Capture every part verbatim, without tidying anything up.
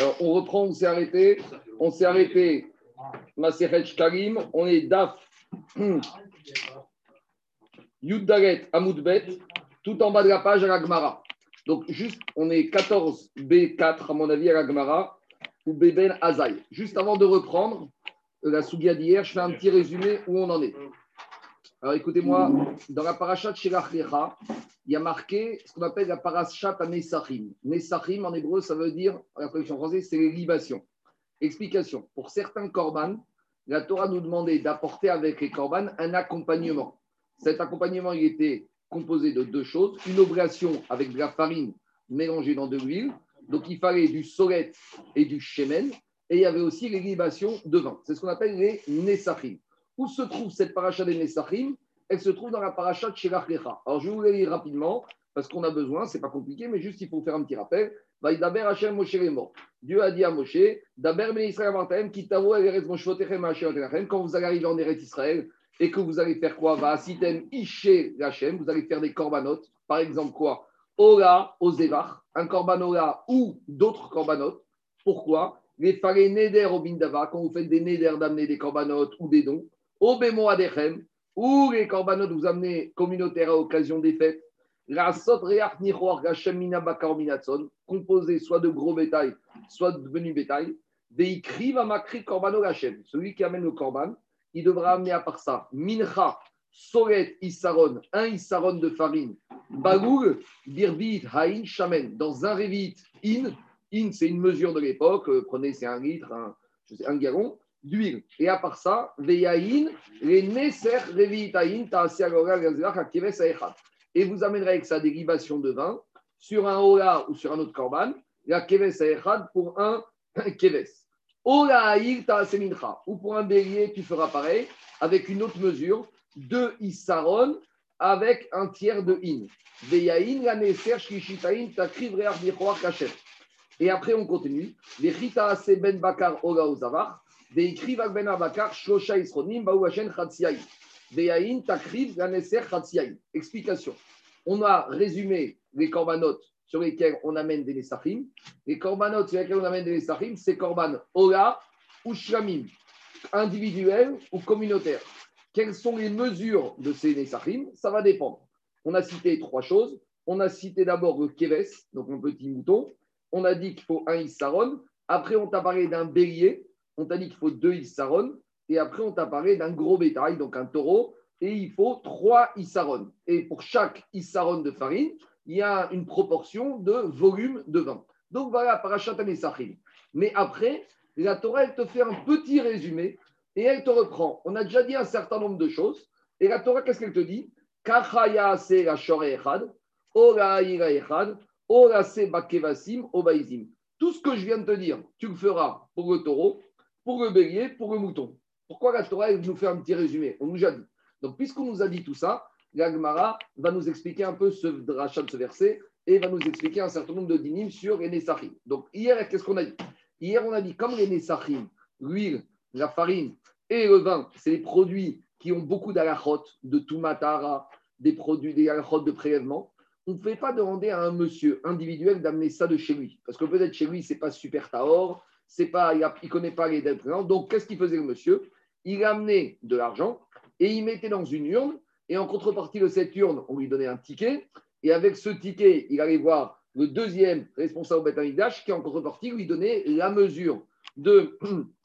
Alors, on reprend, on s'est arrêté. On s'est arrêté. Maseret Shkalim, on est Daf Yud Dalet Amoudbet, tout en bas de la page à la Gemara. Donc, juste, on est quatorze B quatre, à mon avis, à la Gemara, ou B Ben Azaï. Juste avant de reprendre la Sougia d'hier, je fais un petit résumé où on en est. Alors, écoutez-moi, dans la parashat Shelach Lecha, il y a marqué ce qu'on appelle la parashat à Nesachim. Nesachim, en hébreu, ça veut dire, la traduction française, c'est les libations. Explication. Pour certains korban, la Torah nous demandait d'apporter avec les korban un accompagnement. Cet accompagnement, il était composé de deux choses. Une oblation avec de la farine mélangée dans de l'huile. Donc, il fallait du solet et du shemen. Et il y avait aussi les libations de vin. C'est ce qu'on appelle les nesachim. Où se trouve cette paracha des nesachim? Elle se trouve dans la paracha de Shelach Lecha. Alors, je vais vous la lire rapidement, parce qu'on a besoin, ce n'est pas compliqué, mais juste il faut faire un petit rappel. Vaïdaber Hashem Moshe Lemo. Dieu a dit à Moshe, Daber Ben Israël Amartahem, Kitavo Eretz Moshvotechem Hashem Tenachem, quand vous allez arriver en Eretz Israël, et que vous allez faire quoi? Va Asitem Ishe Hashem, vous allez faire des korbanot, par exemple quoi? Ola, Ozevach, un korban Ola ou d'autres korbanot. Pourquoi? Les Faré Neder au Bindava, quand vous faites des Neder d'amener des korbanot ou des dons, Obemo Adechem, ou les korbanot vous amenez communautaires à occasion des fêtes. La sotreach nichoar Hashem mina bakar minatson, composé soit de gros bétail, soit de menu bétail. Veikri va makri korbano Hashem. Celui qui amène le korban, il devra amener à part ça mincha, solet issaron, un issaron de farine, bagoul, birbit, haïn, shamen, dans un revit in. In, c'est une mesure de l'époque. Prenez, c'est un litre, un, je sais, un gallon d'huile. Et à part ça, veyaïn, les neser revit haïn, ta'asya l'oral gazilach aktives aechat. Et vous amènerez avec ça des libations de vin sur un Ola ou sur un autre korban, la keves aechad pour un keves. Ola aïr ta semincha, ou pour un bélier, tu feras pareil, avec une autre mesure, deux issaron avec un tiers de in. Veyaïn, la neser, shkishitaïn, ta krivreach nichoar kachem. Et après, on continue. Vechita se ben bakar ola ozavar, veikriv ak ben abakar, shlosha isronim, baou hashen chatsiaï. Explication. On a résumé les korbanot sur lesquels on amène des nesachim. Les korbanot sur lesquels on amène des nesachim, c'est korban ola ou shlamim, individuel ou communautaire. Quelles sont les mesures de ces nesachim? Ça va dépendre. On a cité trois choses. On a cité d'abord le keves, donc un petit mouton. On a dit qu'il faut un issaron. Après, on t'a parlé d'un bélier. On t'a dit qu'il faut deux issaron. Et après, on t'a parlé d'un gros bétail, donc un taureau, et il faut trois issaron. Et pour chaque issaron de farine, il y a une proportion de volume de vin. Donc voilà, parashat nesachim. Mais après, la Torah, elle te fait un petit résumé et elle te reprend. On a déjà dit un certain nombre de choses. Et la Torah, qu'est-ce qu'elle te dit? Kachaya se la shore echad, ora ira echad, ora se bakevasim, obaizim. Tout ce que je viens de te dire, tu le feras pour le taureau, pour le bélier, pour le mouton. Pourquoi la Torah elle nous fait un petit résumé? On nous a dit. Donc, puisqu'on nous a dit tout ça, la Gemara va nous expliquer un peu ce drachat de ce verset et va nous expliquer un certain nombre de dynim sur les nesachim. Donc, hier, qu'est-ce qu'on a dit? Hier, on a dit, comme les nesachim, l'huile, la farine et le vin, c'est des produits qui ont beaucoup d'alachot, de tumatara, des produits, des alachot de prélèvement, on ne fait pas demander à un monsieur individuel d'amener ça de chez lui. Parce que peut-être chez lui, ce n'est pas super tahor, c'est pas, il ne connaît pas les dettes présentes. Donc, qu'est-ce qu'il faisait le monsieur? Il amenait de l'argent et il mettait dans une urne. Et en contrepartie de cette urne, on lui donnait un ticket. Et avec ce ticket, il allait voir le deuxième responsable au Beth Amikdash qui, en contrepartie, lui donnait la mesure de,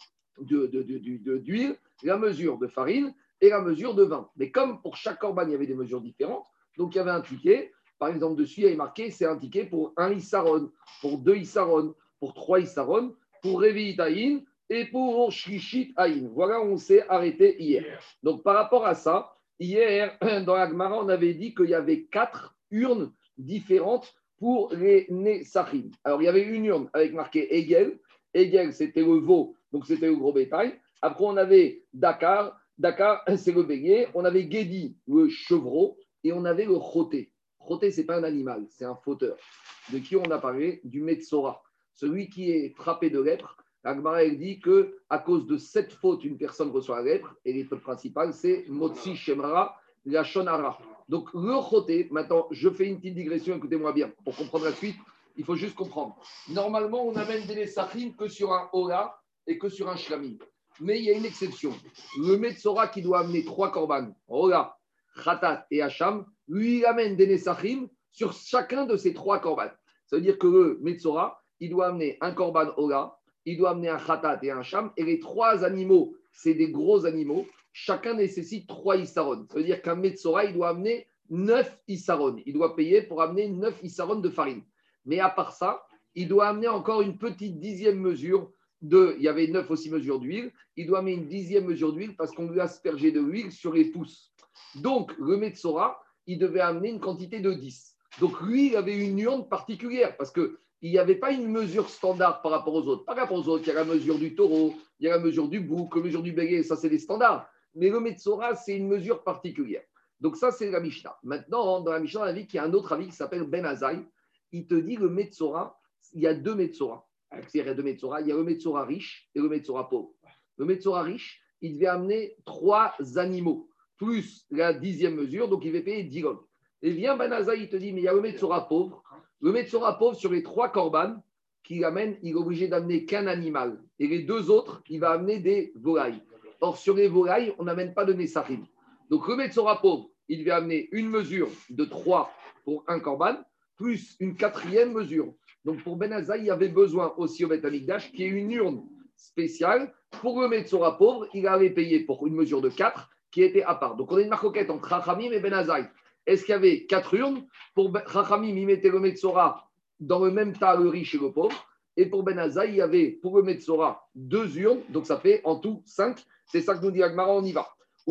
de, de, de, de, d'huile, la mesure de farine et la mesure de vin. Mais comme pour chaque korban, il y avait des mesures différentes, donc il y avait un ticket. Par exemple, dessus, il y avait marqué c'est un ticket pour un issaron, pour deux issaron, pour trois issaron, pour Revit Aïn et pour Shlishit Aïn. Voilà où on s'est arrêté hier. Donc, par rapport à ça, hier, dans la Gemara, on avait dit qu'il y avait quatre urnes différentes pour les nesachim. Alors, il y avait une urne avec marqué Egel. Egel, c'était le veau, donc c'était le gros bétail. Après, on avait Dakar. Dakar, c'est le bélier. On avait Gedi, le chevreau. Et on avait le Choté. Choté, ce n'est pas un animal, c'est un fauteur. De qui on a parlé? Du Metzora. Celui qui est frappé de lèpre. La Gemara, elle dit qu'à cause de cette faute, une personne reçoit la lèpre. Et l'épreuve principale, c'est Motsi Shemra, la Shonara. Donc, le Choté, maintenant, je fais une petite digression, écoutez-moi bien, pour comprendre la suite. il faut juste comprendre. Normalement, on amène des Nessachim que sur un Ola et que sur un Shlamim. Mais il y a une exception. Le Metzora qui doit amener trois korban, Ola, Khatat et Hacham, lui, il amène des Nessachim sur chacun de ces trois korban. Ça veut dire que le Metzora, il doit amener un korban Ola, il doit amener un Khatat et un Hacham, et les trois animaux, c'est des gros animaux, chacun nécessite trois Issaron. Ça veut dire qu'un Metzora, il doit amener neuf Issaron. Il doit payer pour amener neuf Issaron de farine. Mais à part ça, il doit amener encore une petite dixième mesure de. Il y avait neuf aussi mesures d'huile. Il doit amener une dixième mesure d'huile parce qu'on lui a aspergé de l'huile sur les pouces. Donc, le Metzora, il devait amener une quantité de dix. Donc, lui, il avait une urne particulière parce qu'il n'y avait pas une mesure standard par rapport aux autres. Par rapport aux autres, il y a la mesure du taureau, il y a la mesure du bouc, la mesure du bélier, ça, c'est des standards. Mais le Metzora, c'est une mesure particulière. Donc, ça, c'est la Mishnah. Maintenant, dans la Mishnah, on a vu qu'il y a un autre avis qui s'appelle Ben Azaï. Il te dit le Metzora, il y a deux Metzora. Il y a deux Metzora. Il y a le Metzora riche et le Metzora pauvre. Le Metzora riche, il devait amener trois animaux, plus la dixième mesure, donc il devait payer dix gold. Et vient Ben Azaï, il te dit, mais il y a le Metzora pauvre. Le Metzora pauvre, sur les trois korban qu'il amène, il est obligé d'amener qu'un animal. Et les deux autres, il va amener des volailles. Or, sur les volailles, on n'amène pas de Nessachim. Donc, le Metzora pauvre, il devait amener une mesure de trois pour un korban, plus une quatrième mesure. Donc, pour Ben Azaï, il y avait besoin aussi au Beth Amikdash qui est une urne spéciale. Pour le Metzora pauvre, il avait payé pour une mesure de quatre qui était à part. Donc, on a une marcoquette entre Chachamim et Ben Azaï. Est-ce qu'il y avait quatre urnes? Pour Chachamim, il mettait le Metzora dans le même tas, le riche et le pauvre. Et pour Ben Azaï, il y avait pour le Metzora deux urnes. Donc, ça fait en tout cinq. C'est ça que nous dit Agmara, on y va.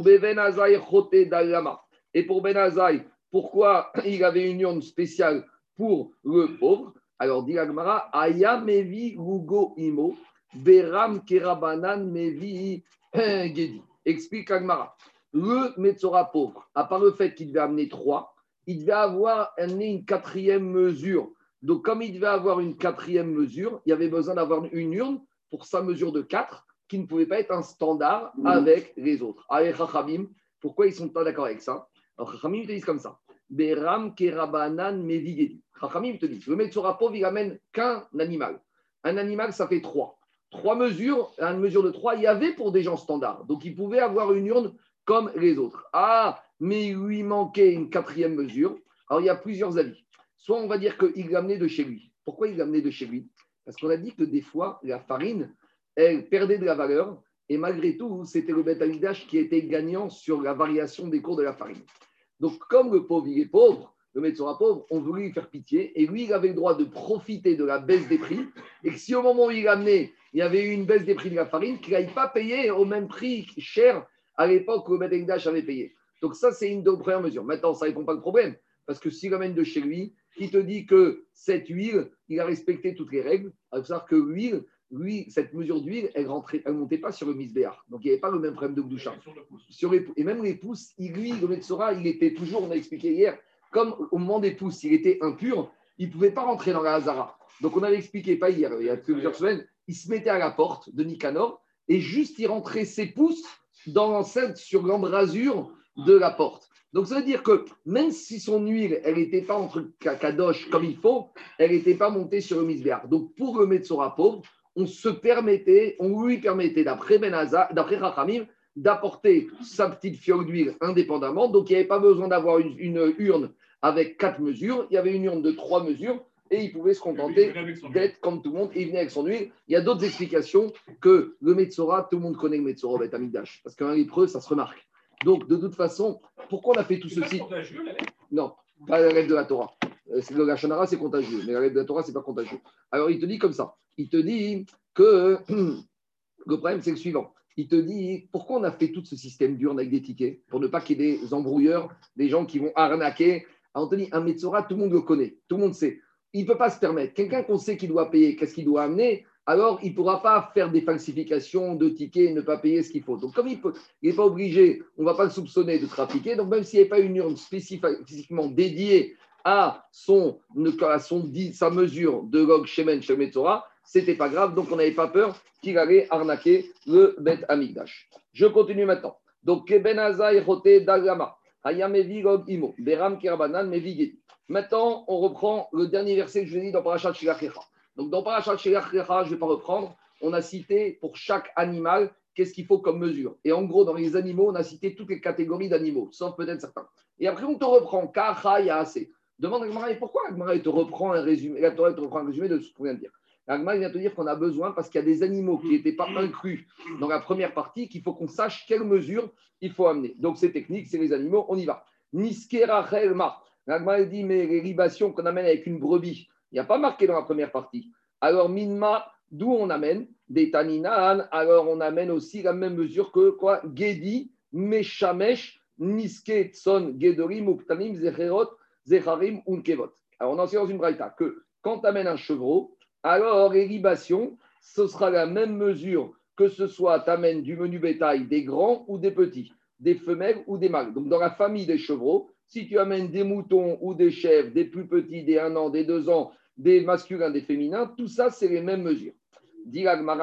Et pour Ben Azaï, pourquoi il avait une urne spéciale pour le pauvre? Alors, dit Agmara, Aya mevi lugo imo, beram kerabanan mevi gedi. Explique Agmara. Le Metzora pauvre, à part le fait qu'il devait amener trois, il devait avoir amené une quatrième mesure. Donc, comme il devait avoir une quatrième mesure, il y avait besoin d'avoir une urne pour sa mesure de quatre, qui ne pouvait pas être un standard avec les autres. Avec Chachamim, pourquoi ils ne sont pas d'accord avec ça? Alors, Chachamim te disent comme ça. Beram kerabanan mevigedi. Chachamim te dit, le Metzora pauvre, il amène qu'un animal. Un animal, ça fait trois. Trois mesures, une mesure de trois, il y avait pour des gens standards. Donc, ils pouvaient avoir une urne comme les autres. Ah, mais il lui manquait une quatrième mesure. Alors, il y a plusieurs avis. Soit on va dire qu'il l'amenait de chez lui. Pourquoi il l'amenait de chez lui? Parce qu'on a dit que des fois, la farine, elle perdait de la valeur. Et malgré tout, c'était le Beth Amikdash qui était gagnant sur la variation des cours de la farine. Donc, comme le pauvre, il est pauvre, le Metzora pauvre, on voulait lui faire pitié. Et lui, il avait le droit de profiter de la baisse des prix. Et que si au moment où il l'amenait, il y avait eu une baisse des prix de la farine, qu'il n'aille pas payer au même prix cher à l'époque où le Beth Amikdash avait payé. Donc, ça, c'est une de première mesure. Maintenant, ça ne répond pas au problème. Parce que s'il amène de chez lui, il te dit que cette huile, il a respecté toutes les règles. Il faut savoir que l'huile, lui, cette mesure d'huile, elle ne montait pas sur le misbéar. Donc, il n'y avait pas le même problème de Gdoucha. Sur les, et même les pouces, il, lui, le Metzora, il était toujours, on a expliqué hier, comme au moment des pouces, il était impur, il ne pouvait pas rentrer dans la Hazara. Donc, on avait expliqué, pas hier, il y a plusieurs semaines, il se mettait à la porte de Nicanor et juste il rentrait ses pouces dans l'enceinte sur l'embrasure de la porte. Donc, ça veut dire que même si son huile, elle n'était pas entre kadosh comme il faut, elle n'était pas montée sur le misbéar. Donc, pour le Metzora pauvre, on se permettait, on lui permettait, d'après Benaza, d'après Rachamim, d'apporter sa petite fiole d'huile indépendamment. Donc, il n'y avait pas besoin d'avoir une, une urne avec quatre mesures. Il y avait une urne de trois mesures et il pouvait se contenter d'être comme tout le monde. Et il venait avec son huile. Il y a d'autres explications que le Metzora, tout le monde connaît le Metzora au Beth Amikdash. Parce qu'un lépreux, ça se remarque. Donc, de toute façon, pourquoi on a fait tout c'est ceci? Non, pas la règle de la Torah. Le Lachon, c'est contagieux, mais la règle de la Torah, ce n'est pas contagieux. Alors, il te dit comme ça. Il te dit que le problème, c'est le suivant. Il te dit pourquoi on a fait tout ce système d'urne avec des tickets pour ne pas qu'il y ait des embrouilleurs, des gens qui vont arnaquer. Alors, on te dit, un Metzora, tout le monde le connaît, tout le monde sait. Il ne peut pas se permettre. Quelqu'un qu'on sait qu'il doit payer, qu'est-ce qu'il doit amener? Alors il ne pourra pas faire des falsifications de tickets et ne pas payer ce qu'il faut. Donc, comme il n'est pas obligé, on ne va pas le soupçonner de trafiquer. Donc, même s'il n'y avait pas une urne spécifiquement dédiée à, son, à son, sa mesure de log shemen chez Metzora, ce n'était pas grave. Donc, on n'avait pas peur qu'il allait arnaquer le Beth Amikdash. Je continue maintenant. Donc, Ben Azaï Chote Dagama, Hayamevi Log Imo, Beram Kerabanan Mevigeti. Maintenant, on reprend le dernier verset que je vous ai dit dans Parashat Shelach Lecha. Donc, dans Parashat Shelach Lecha, je ne vais pas reprendre, on a cité pour chaque animal qu'est-ce qu'il faut comme mesure. Et en gros, dans les animaux, on a cité toutes les catégories d'animaux, sauf peut-être certains. Et après, on te reprend Kacha Yaase. Demande à Gmara, pourquoi Gmara te reprend un résumé, la Torah te reprend un résumé de ce qu'on vient de dire. Gmara vient te dire qu'on a besoin parce qu'il y a des animaux qui n'étaient pas inclus dans la première partie, qu'il faut qu'on sache quelle mesure il faut amener. Donc, c'est technique, c'est les animaux, on y va. Niske Rachel Ma. Gmara dit, mais les libations qu'on amène avec une brebis, il n'y a pas marqué dans la première partie. Alors, Minma, d'où on amène des Taninan, alors on amène aussi la même mesure que quoi Gedi, Meshamesh, Niske, Tson, Gedorim, Uktanim, Zecherot, Zecharim, Unkevot. Alors, on enseigne dans une braïta que quand tu amènes un chevreau, alors les libations, ce sera la même mesure que ce soit tu amènes du menu bétail des grands ou des petits, des femelles ou des mâles. Donc, dans la famille des chevreaux, si tu amènes des moutons ou des chèvres, des plus petits, des un an, des deux ans, des masculins, des féminins, tout ça, c'est les mêmes mesures. Donc,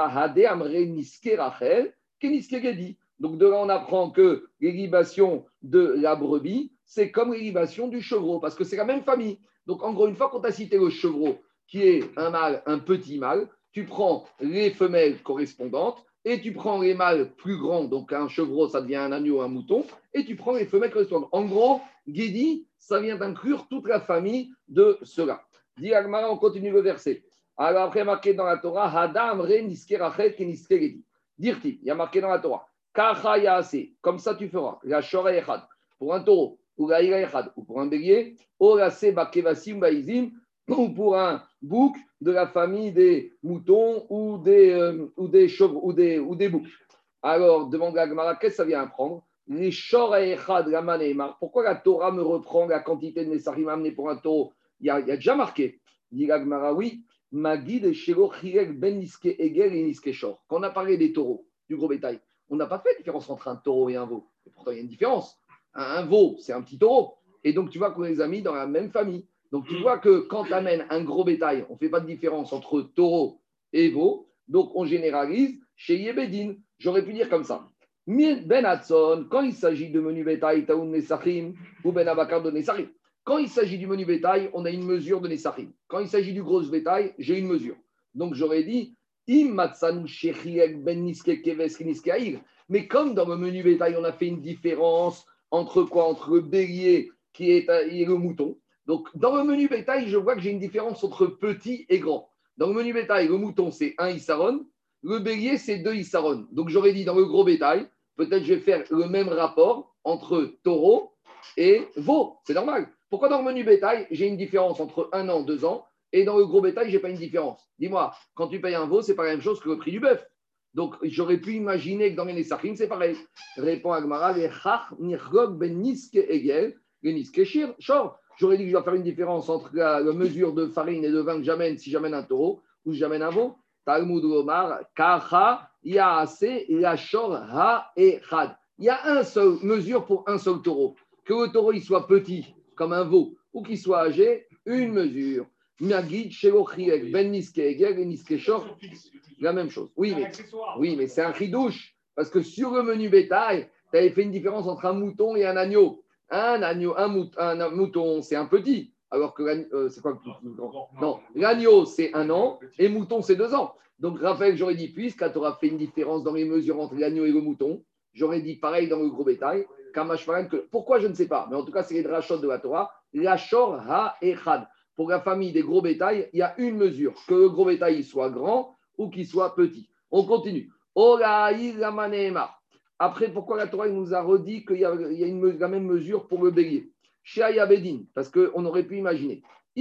de là, on apprend que les libations de la brebis, c'est comme les libations du chevreau, parce que c'est la même famille. Donc, en gros, une fois qu'on t'a cité le chevreau, qui est un mâle, un petit mâle, tu prends les femelles correspondantes et tu prends les mâles plus grands, donc un chevreau, ça devient un agneau, un mouton, et tu prends les femelles correspondantes. En gros, Guédi, ça vient d'inclure toute la famille de ceux-là. Dit Agmara, on continue le verset. Alors après, marqué dans la Torah, Hadam re niske rachel ke niske Guédi. Dirti, il y a marqué dans la Torah, Kacha yaase, comme ça tu feras, la shora echad, pour un taureau, ou la ira echad, ou pour un bélier, ou la seba kevasim baizim, ou pour un bouc de la famille des moutons ou des, euh, ou des chevaux ou des, ou des boucs. Alors, demande à Gemara, qu'est-ce que ça vient apprendre? Les shor echad la manémar. Pourquoi la Torah me reprend la quantité de Nesarim amenés pour un taureau? Il y a, il y a déjà marqué. Dit la Gemara, oui. Magid shelo chirek ben niske egel et niske shor. Quand on a parlé des taureaux, du gros bétail, on n'a pas fait de différence entre un taureau et un veau. Et pourtant, il y a une différence. Un, un veau, c'est un petit taureau. Et donc, tu vois qu'on les a mis dans la même famille. Donc, tu vois que quand tu amènes un gros bétail, on ne fait pas de différence entre taureau et veau. Donc, on généralise chez Yebedin. J'aurais pu dire comme ça. Ben Hatson, quand il s'agit de menu bétail, Taoun Nesachim, ou Ben Abakar de Nesachim. Quand il s'agit du menu bétail, on a une mesure de Nesachim. Quand il s'agit du gros bétail, j'ai une mesure. Donc, j'aurais dit, Ben mais comme dans le menu bétail, on a fait une différence entre quoi? Entre le bélier qui est, et le mouton. Donc, dans le menu bétail, je vois que j'ai une différence entre petit et grand. Dans le menu bétail, le mouton, c'est un issaron. Le bélier, c'est deux issaron. Donc, j'aurais dit dans le gros bétail, peut-être je vais faire le même rapport entre taureau et veau. C'est normal. Pourquoi dans le menu bétail, j'ai une différence entre un an, deux ans, et dans le gros bétail, je n'ai pas une différence? Dis-moi, quand tu payes un veau, c'est pas la même chose que le prix du bœuf. Donc, j'aurais pu imaginer que dans les Nesachim, c'est pareil. Répond Agmara, les chach nirgog ben niske egel, les niske shor. J'aurais dit que je dois faire une différence entre la, la mesure de farine et de vin que j'amène si j'amène un taureau ou si j'amène un veau. Talmud Omar, Kacha, Yaase, Yashor, Ha et Had. Il y a une seule mesure pour un seul taureau. Que le taureau il soit petit, comme un veau, ou qu'il soit âgé, une mesure. Magid, Shelochiek, Ben Niske Egel et Niske Shor, la même chose. Oui, mais, oui, mais c'est un chidouche. Parce que sur le menu bétail, tu avais fait une différence entre un mouton et un agneau. Un agneau, un mouton, un mouton, c'est un petit, alors que euh, c'est quoi le plus grand? Non, l'agneau, c'est un an, et mouton, c'est deux ans. Donc, Raphaël, j'aurais dit, puisque tu auras fait une différence dans les mesures entre l'agneau et le mouton, j'aurais dit pareil dans le gros bétail, que, pourquoi, je ne sais pas, mais en tout cas, c'est les drachot de la Torah, l'achor ha echad. Pour la famille des gros bétails, il y a une mesure, que le gros bétail soit grand ou qu'il soit petit. On continue. Olaï la Après, pourquoi la Torah nous a redit qu'il y a, il y a une, la même mesure pour le bélier? Chez Ayabedin, parce qu'on aurait pu imaginer.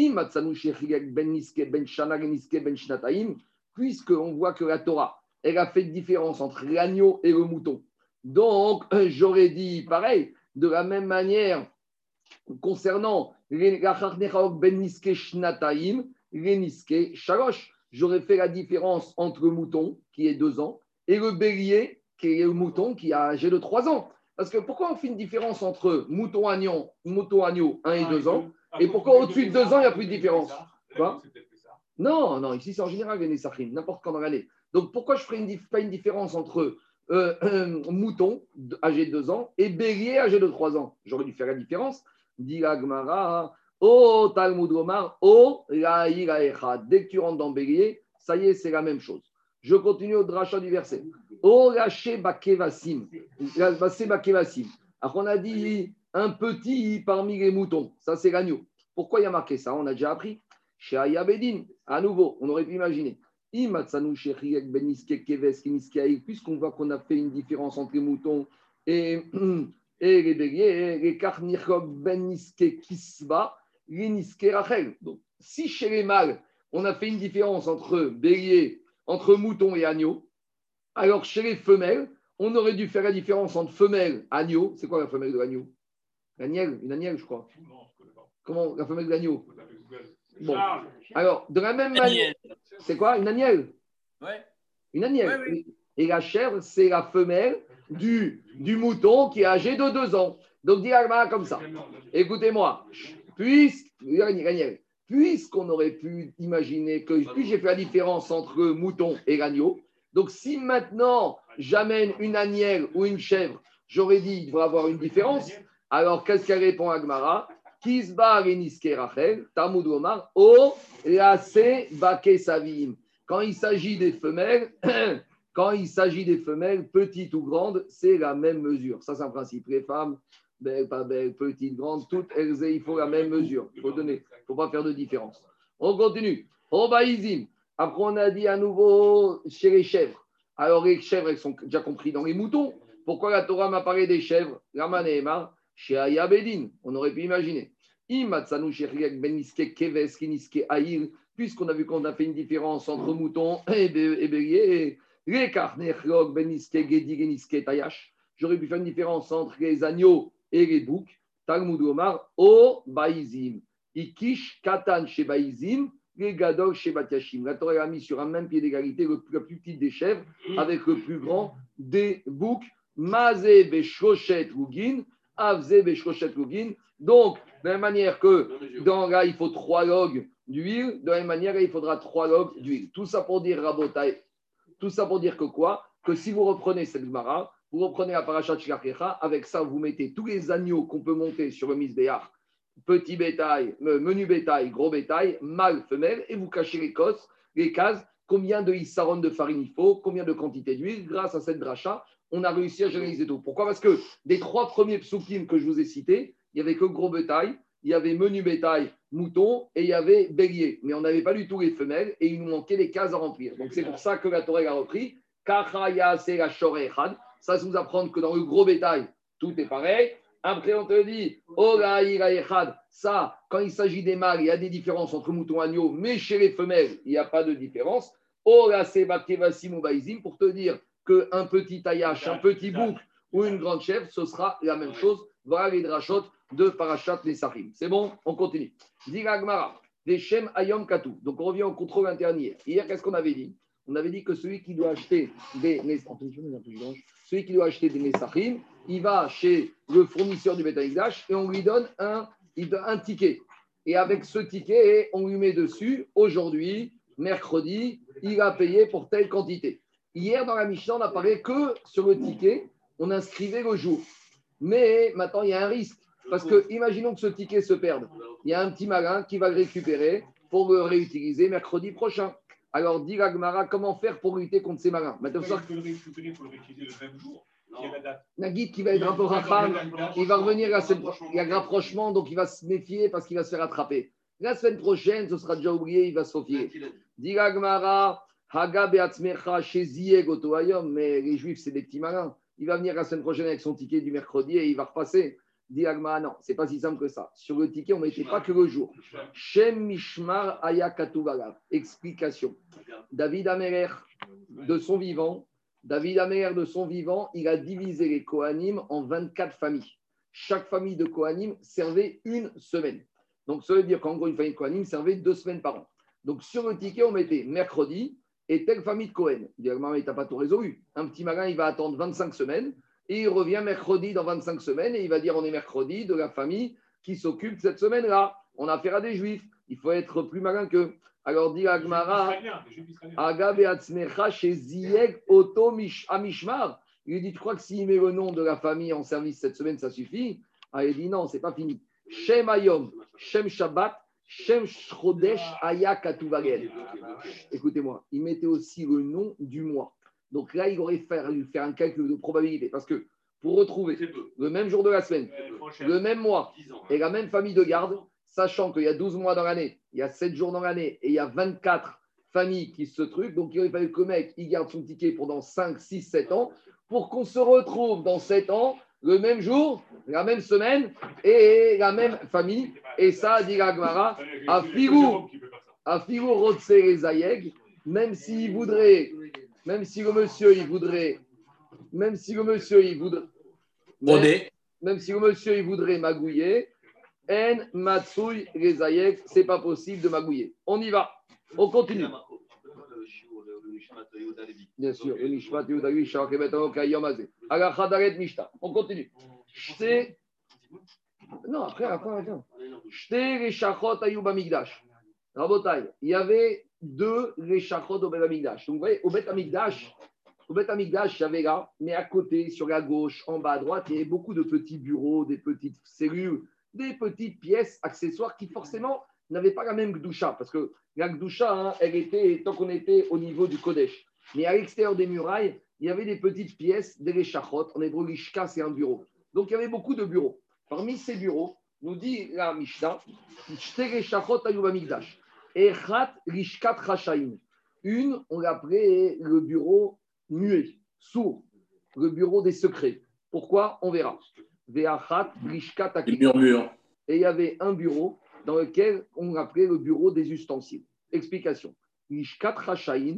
Puisqu'on voit que la Torah, elle a fait de différence entre l'agneau et le mouton. Donc, j'aurais dit pareil, de la même manière, concernant les ben niske shnataim, les niske shalosh, j'aurais fait la différence entre le mouton, qui est deux ans, et le bélier, qui est le mouton qui a âgé de trois ans. Parce que pourquoi on fait une différence entre mouton agneau, mouton agneau un et deux ans, et pourquoi au-dessus de deux ans, il n'y a plus de différence? Quoi? Non, non, ici c'est en général les Nesachim, n'importe quand dans l'année. Donc pourquoi je ne ferais une, pas une différence entre euh, euh, mouton âgé de deux ans et bélier âgé de trois ans? J'aurais dû faire la différence. Dit la Gemara, Oh, Talmud Omar, oh, la ira. Dès que tu rentres dans Bélier, ça y est, c'est la même chose. Je continue au dracha du verset. Oh, lâché bakevasim. Lâché bakevasim. Alors, on a dit un petit parmi les moutons. Ça, c'est l'agneau. Pourquoi il y a marqué ça? On a déjà appris. Chez Ayabedin, à nouveau, on aurait pu imaginer. Puisqu'on voit qu'on a fait une différence entre les moutons et, et les béliers, les karnichok ben niske kisba, les niske rachel. Donc, si chez les mâles, on a fait une différence entre bélier, entre mouton et agneau, alors chez les femelles, on aurait dû faire la différence entre femelle et agneau. C'est quoi la femelle de l'agneau? L'agnelle, une agnelle, je crois. Comment la femelle de l'agneau? Bon, alors, de la même manière, c'est quoi une agnelle? Ouais. Une agnelle. Ouais, oui. Et la chèvre, c'est la femelle du, du mouton qui est âgé de deux ans. Donc, dis comme ça. Écoutez-moi, puisque, puisqu'on aurait pu imaginer que, puis j'ai fait la différence entre mouton et l'agneau, donc si maintenant j'amène une agnelle ou une chèvre, j'aurais dit il devrait avoir une différence. Alors, qu'est-ce qu'elle répond à Gmara? Kisba reniske Rachel, Talmud Omar, O lase bake savim. Quand il s'agit des femelles, quand il s'agit des femelles, petites ou grandes, c'est la même mesure. Ça, c'est un principe. Les femmes, belles, pas belles, petites, grandes, toutes, elles, il faut la même mesure. Il faut donner, il ne faut pas faire de différence. On continue. Obaïzim. Après, on a dit à nouveau chez les chèvres. Alors, les chèvres, elles sont déjà comprises dans les moutons. Pourquoi la Torah m'a parlé des chèvres? Rama Nehemar, chez Ayabedin. On aurait pu imaginer. Puisqu'on a vu qu'on a fait une différence entre moutons et bélier, j'aurais pu faire une différence entre les agneaux et les boucs. Talmud Omar, O Baïzim. Ikish Katan chez Baïzim, les Gadol chez Batiashim. La Torah a mis sur un même pied d'égalité le plus, plus petit des chèvres avec le plus grand des boucs. Mazé Beshoshet Lugin, Avze Beshoshet Lugin. Donc, de la même manière que dans là, il faut trois logs d'huile, de la même manière, il faudra trois logs d'huile. Tout ça pour dire Rabotai. Tout ça pour dire que quoi? Que si vous reprenez cette Gemara, vous reprenez la Parashat Shlachecha, avec ça, vous mettez tous les agneaux qu'on peut monter sur le Misbéach, petit bétail, menu bétail, gros bétail, mâle, femelle, et vous cachez les cosses, les cases, combien de issaron de farine il faut, combien de quantité d'huile. Grâce à cette dracha, on a réussi à généraliser tout. Pourquoi? Parce que des trois premiers psukim que je vous ai cités, il n'y avait que gros bétail, il y avait menu bétail, mouton, et il y avait bélier. Mais on n'avait pas du tout les femelles, et il nous manquait les cases à remplir. Donc c'est pour ça que la Torah a repris. Kachaya, c'est la shorechad. Ça, c'est nous apprendre que dans le gros bétail, tout est pareil. Après, on te dit, Ora iraechad. Ça, quand il s'agit des mâles, il y a des différences entre mouton et agneau, mais chez les femelles, il n'y a pas de différence. Ora sebakevasim ou baizim, pour te dire qu'un petit taillache, un petit bouc ou une grande chèvre, ce sera la même chose. Voilà les drachot de Parashat Nesachim. C'est bon? On continue. Diga Gmara, des Shem Ayom Katou. Donc on revient au contrôle interne. Hier, qu'est-ce qu'on avait dit? On avait dit que celui qui doit acheter des celui qui doit acheter des Nesachim, il va chez le fournisseur du Beth Amikdash et on lui donne un, un ticket. Et avec ce ticket, on lui met dessus, aujourd'hui, mercredi, il va payer pour telle quantité. Hier, dans la Mishnah, on n'a parlé que sur le ticket, on inscrivait le jour. Mais maintenant, il y a un risque. Parce que, imaginons que ce ticket se perde. Il y a un petit malin qui va le récupérer pour le réutiliser mercredi prochain. Alors, dit la Gemara, comment faire pour lutter contre ces malins? Maintenant, ça, il faut le récupérer, il faut le réutiliser le même jour. Nagid qui va être un peu rafale, il va revenir à ce... il y a rapprochement, donc il va se méfier parce qu'il va se faire attraper. La semaine prochaine, ce sera déjà oublié, il va se faufiler. Dit la Gemara, Haga be'atzmecha shezieg otoayom, mais les Juifs, c'est des petits malins. Il va venir la semaine prochaine avec son ticket du mercredi et il va repasser. Dit Agma, non, c'est pas si simple que ça. Sur le ticket, on ne mettait pas que le jour. Shem Mishmar Ayakatuvalav. Explication. David Améler, de son vivant, David Améler, de son vivant, il a divisé les Kohanim en vingt-quatre familles. Chaque famille de Kohanim servait une semaine. Donc, ça veut dire qu'en gros, une famille de Kohanim servait deux semaines par an. Donc, sur le ticket, on mettait mercredi et telle famille de Kohen. Dit Agma, mais tu n'as pas tout résolu. Un petit malin, il va attendre vingt-cinq semaines. Et il revient mercredi dans vingt-cinq semaines et il va dire on est mercredi de la famille qui s'occupe cette semaine-là. On a affaire à des juifs. Il faut être plus malin qu'eux. Alors dit Agmara, Aga be'atzmecha chez Zieg Oto Amishmar. Il lui dit tu crois que s'il met le nom de la famille en service cette semaine, ça suffit? Ah, il dit non, c'est pas fini. Shem Ayom, Shem Shabbat, Shem Shrodesh Aya Katuvagel. Écoutez-moi, il mettait aussi le nom du mois. Donc là, il aurait fallu faire un calcul de probabilité. Parce que pour retrouver le même jour de la semaine, le même mois et la même famille de garde, sachant qu'il y a douze mois dans l'année, il y a sept jours dans l'année et il y a vingt-quatre familles qui se truquent, donc il aurait fallu que le mec il garde son ticket pendant cinq, six, sept ans pour qu'on se retrouve dans sept ans, le même jour, la même semaine et la même famille. Et ça, dit la Gemara, à Figou, à Figou Rotse les Ayeg, même s'il voudrait, même si le monsieur il voudrait, même si le monsieur il voudrait, même, même si le monsieur il voudrait magouiller, En Matsui les Ayeg, c'est pas possible de magouiller. On y va, on continue. Bien sûr, le Nishmat Yehuda Levi, Shalach Ebet Aoka Yom Hazeh. Alors, Chadaret Mishta. On continue. Shte. Non, après, après, attends. Shte Reshachot Ayub Amigdash. Rabotai, il y avait deux Reshachot au Bet Amigdash. Donc, vous voyez, au Bet Amigdash, au Bet Amigdash, il y avait là, mais à côté, sur la gauche, en bas à droite, il y avait beaucoup de petits bureaux, des petites cellules, des petites pièces accessoires qui, forcément, n'avaient pas la même Gdusha. Parce que la Gdusha, hein, elle était, tant qu'on était au niveau du Kodesh. Mais à l'extérieur des murailles, il y avait des petites pièces, des Reshachot. En hébreu, Lishka, c'est un bureau. Donc, il y avait beaucoup de bureaux. Parmi ces bureaux, nous dit la Mishnah, Shte Reshachot Ayub Amigdash. Echat Lishkat Rashaim. Une, on l'appelait le bureau muet, sourd, le bureau des secrets. Pourquoi? On verra. Ve'achat Lishkat Akelim. Et il y avait un bureau dans lequel on appelait le bureau des ustensiles. Explication. Lishkat Rashaim.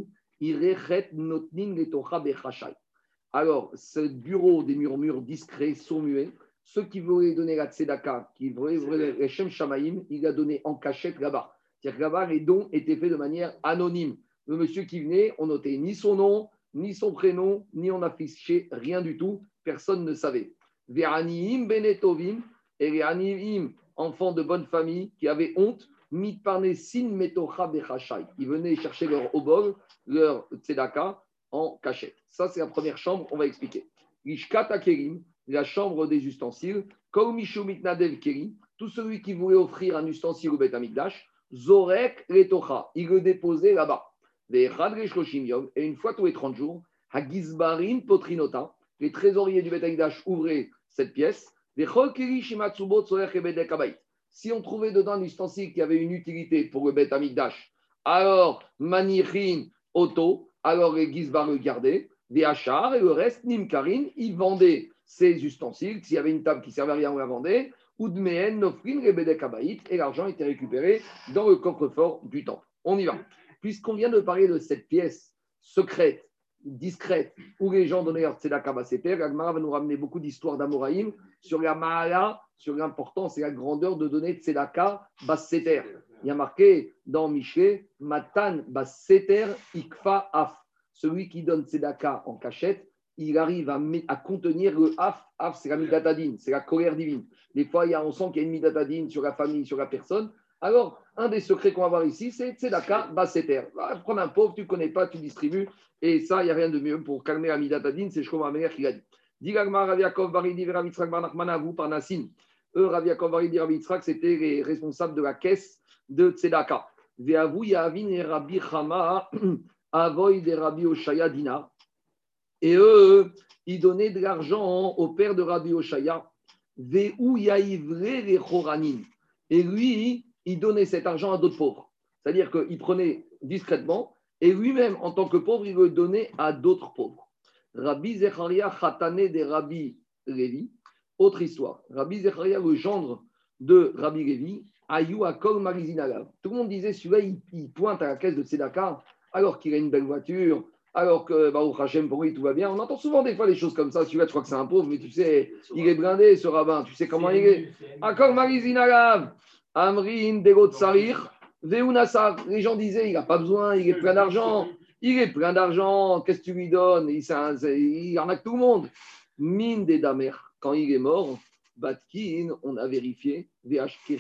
Alors, ce bureau des murmures discrets, sourds-muets, ceux qui voulaient donner la tzedaka, qui voulaient le Shem Shamaim, il a donné en cachette là-bas. C'est-à-dire que là-bas, les dons étaient faits de manière anonyme. Le monsieur qui venait, on notait ni son nom, ni son prénom, ni on affichait rien du tout. Personne ne savait. Ve'aniim benetovim, et les aniim, enfants de bonne famille, qui avaient honte, ils venaient chercher leur obol, leur tzedaka en cachette. Ça, c'est la première chambre, on va expliquer. Lishkat Akelim, la chambre des ustensiles. Kol Mishu Mitnadev Keri, tout celui qui voulait offrir un ustensile au Bet Amikdash, Zorek Letocha, il le déposait là-bas. Et une fois tous les trente jours, Hagizbarin Potrinota, les trésoriers du Bet Amikdash ouvraient cette pièce. Si on trouvait dedans un ustensile qui avait une utilité pour le Bet Amikdash, alors Manichin, Auto, alors les Gizbar le gardaient, des Hachar et le reste, Nimkarin, ils vendaient ces ustensiles. S'il y avait une table qui ne servait à rien, on la vendait. Oudmeen, Nofrin, les Bedek Abaït, et l'argent était récupéré dans le coffre-fort du temple. On y va. Puisqu'on vient de parler de cette pièce secrète, discrète, où les gens donnaient leur tzedaka basseter, la Gemara va nous ramener beaucoup d'histoires d'Amoraïm sur la Mahala, sur l'importance et la grandeur de donner tzedaka basseter. Il y a marqué dans Miché, Matan basseter ikfa af. Celui qui donne tzedaka en cachette, il arrive à, à contenir le af. Af, c'est la midatadine, c'est la colère divine. Des fois, il y a, on sent qu'il y a une midatadine sur la famille, sur la personne. Alors, un des secrets qu'on va voir ici, c'est tzedaka basseter. Prends un pauvre, tu ne connais pas, tu distribues. Et ça, il n'y a rien de mieux pour calmer la midatadine. C'est Shlomo Améler qui l'a dit. Digagma Rav Yaakov Baridi Rav Yitzhak Bar Nachman Avou par Nassim. Eux, Rav Yaakov Baridi Rav Yitzhak, c'était les responsables de la caisse de tzedaka. Ve'avou Yavin et Rabbi Chama Avoy de Rabbi Oshaya Dinar. Et eux, ils donnaient de l'argent au père de Rabbi Oshaya. Ve'ou Yaivre les Choranim. Et lui, il donnait cet argent à d'autres pauvres. C'est-à-dire qu'il prenait discrètement et lui-même, en tant que pauvre, il le donnait à d'autres pauvres. Rabbi Zecharia Khatane de Rabbi Lévi. Autre histoire. Rabbi Zecharia, le gendre de Rabbi Lévi, Ayou Akol Marizinalav. Tout le monde disait, celui-là, il, il pointe à la caisse de tzedaka alors qu'il a une belle voiture, alors que Baruch Hashem, pour lui, tout va bien. On entend souvent des fois des choses comme ça. Celui-là, tu crois que c'est un pauvre, mais tu sais, il est blindé, ce rabbin. Tu sais comment il est. Akol Marizinalav. Amrin Degot Sarir. Veunassar. Les gens disaient, il n'a pas besoin, il est plein d'argent. Il est plein d'argent, qu'est-ce que tu lui donnes? Il, un, il arnaque tout le monde. Mine des damer, quand il est mort, Batkin, on a vérifié, il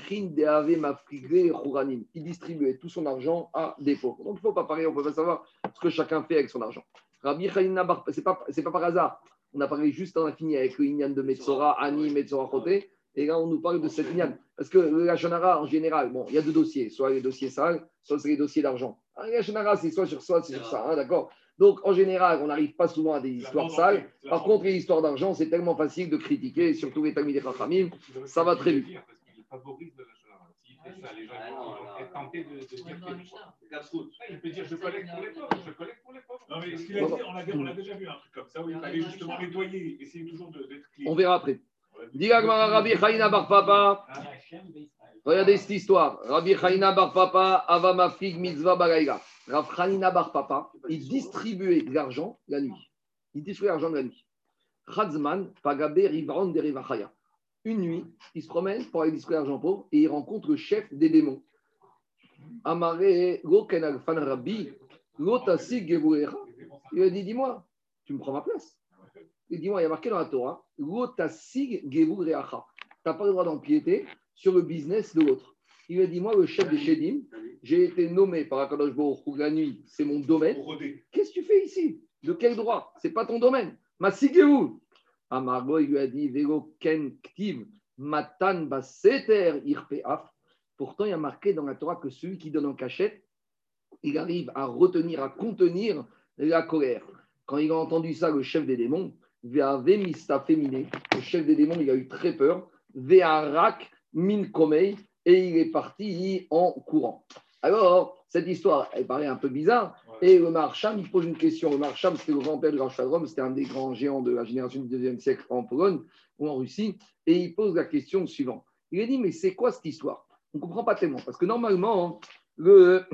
distribuait tout son argent à des pauvres. Donc il ne faut pas parler, on ne peut pas savoir ce que chacun fait avec son argent. Rabbi Chaim Nabar, ce n'est pas, pas par hasard. On a parlé juste, on a fini avec le Inyan de Metzora, Ani, Metzora Choté. Et là, on nous parle de cette liane. Parce que le Lachonara, en général, bon, il y a deux dossiers, soit les dossiers sales, soit c'est les dossiers d'argent. Le Lachonara, c'est soit sur soi, c'est sur ça, hein, d'accord. Donc, en général, on n'arrive pas souvent à des histoires sales. Par contre, les histoires d'argent, c'est tellement facile de critiquer, surtout les Talmidei Chachamim, ça va très vite. Ça, les gens vont être tentés de, de dire quelque chose. Il peut dire je collecte pour les pauvres, je collecte pour les pauvres. Non, mais ce qu'il a dit, on a, on a déjà vu un truc comme ça, où il fallait justement nettoyer, essayer toujours de, d'être clean. On verra après. Dis Rabbi Chaïna Bar Papa. Regardez cette histoire. Rabbi Chaïna Bar Papa, Avamafig Mitzvah Balaïla. Rabbi Chaïna Bar Papa, il distribuait de l'argent la nuit. Il distribuait l'argent de la nuit. Chazman, Pagabe, Rivron, Derivachaya. Une nuit, il se promène pour aller distribuer l'argent pauvre et il rencontre le chef des démons. Amare, Loken Alfan Rabbi, Lotasi Gevurecha. Il lui a dit, dis-moi, tu me prends ma place. Il dit, dis-moi, il y a marqué dans la Torah, Lotasi Gevurecha. Tu n'as pas le droit d'empiéter sur le business de l'autre. Il lui a dit, moi, le chef des Shedim, j'ai été nommé par Akadosh Baruch Hu la nuit, c'est mon domaine. Qu'est-ce que tu fais ici? De quel droit? Ce n'est pas ton domaine. Masigeu. Amargo, il lui a dit, Vego Ken Ktiv, Matan Baseter Irpeaf. Pourtant, il y a marqué dans la Torah que celui qui donne en cachette, il arrive à retenir, à contenir la colère. Quand il a entendu ça, le chef des démons, Veave Mista Féminé, le chef des démons, il a eu très peur, Vearak Min Komei, et il est parti en courant. Alors, cette histoire, elle paraît un peu bizarre. Ouais. Et le Maharsham, il pose une question. Le Maharsham, c'était le grand-père de Rav Shadrom, c'était un des grands géants de la génération du deuxième siècle en Pologne ou en Russie. Et il pose la question suivante. Il a dit, mais c'est quoi cette histoire? On ne comprend pas tellement. Parce que normalement, le,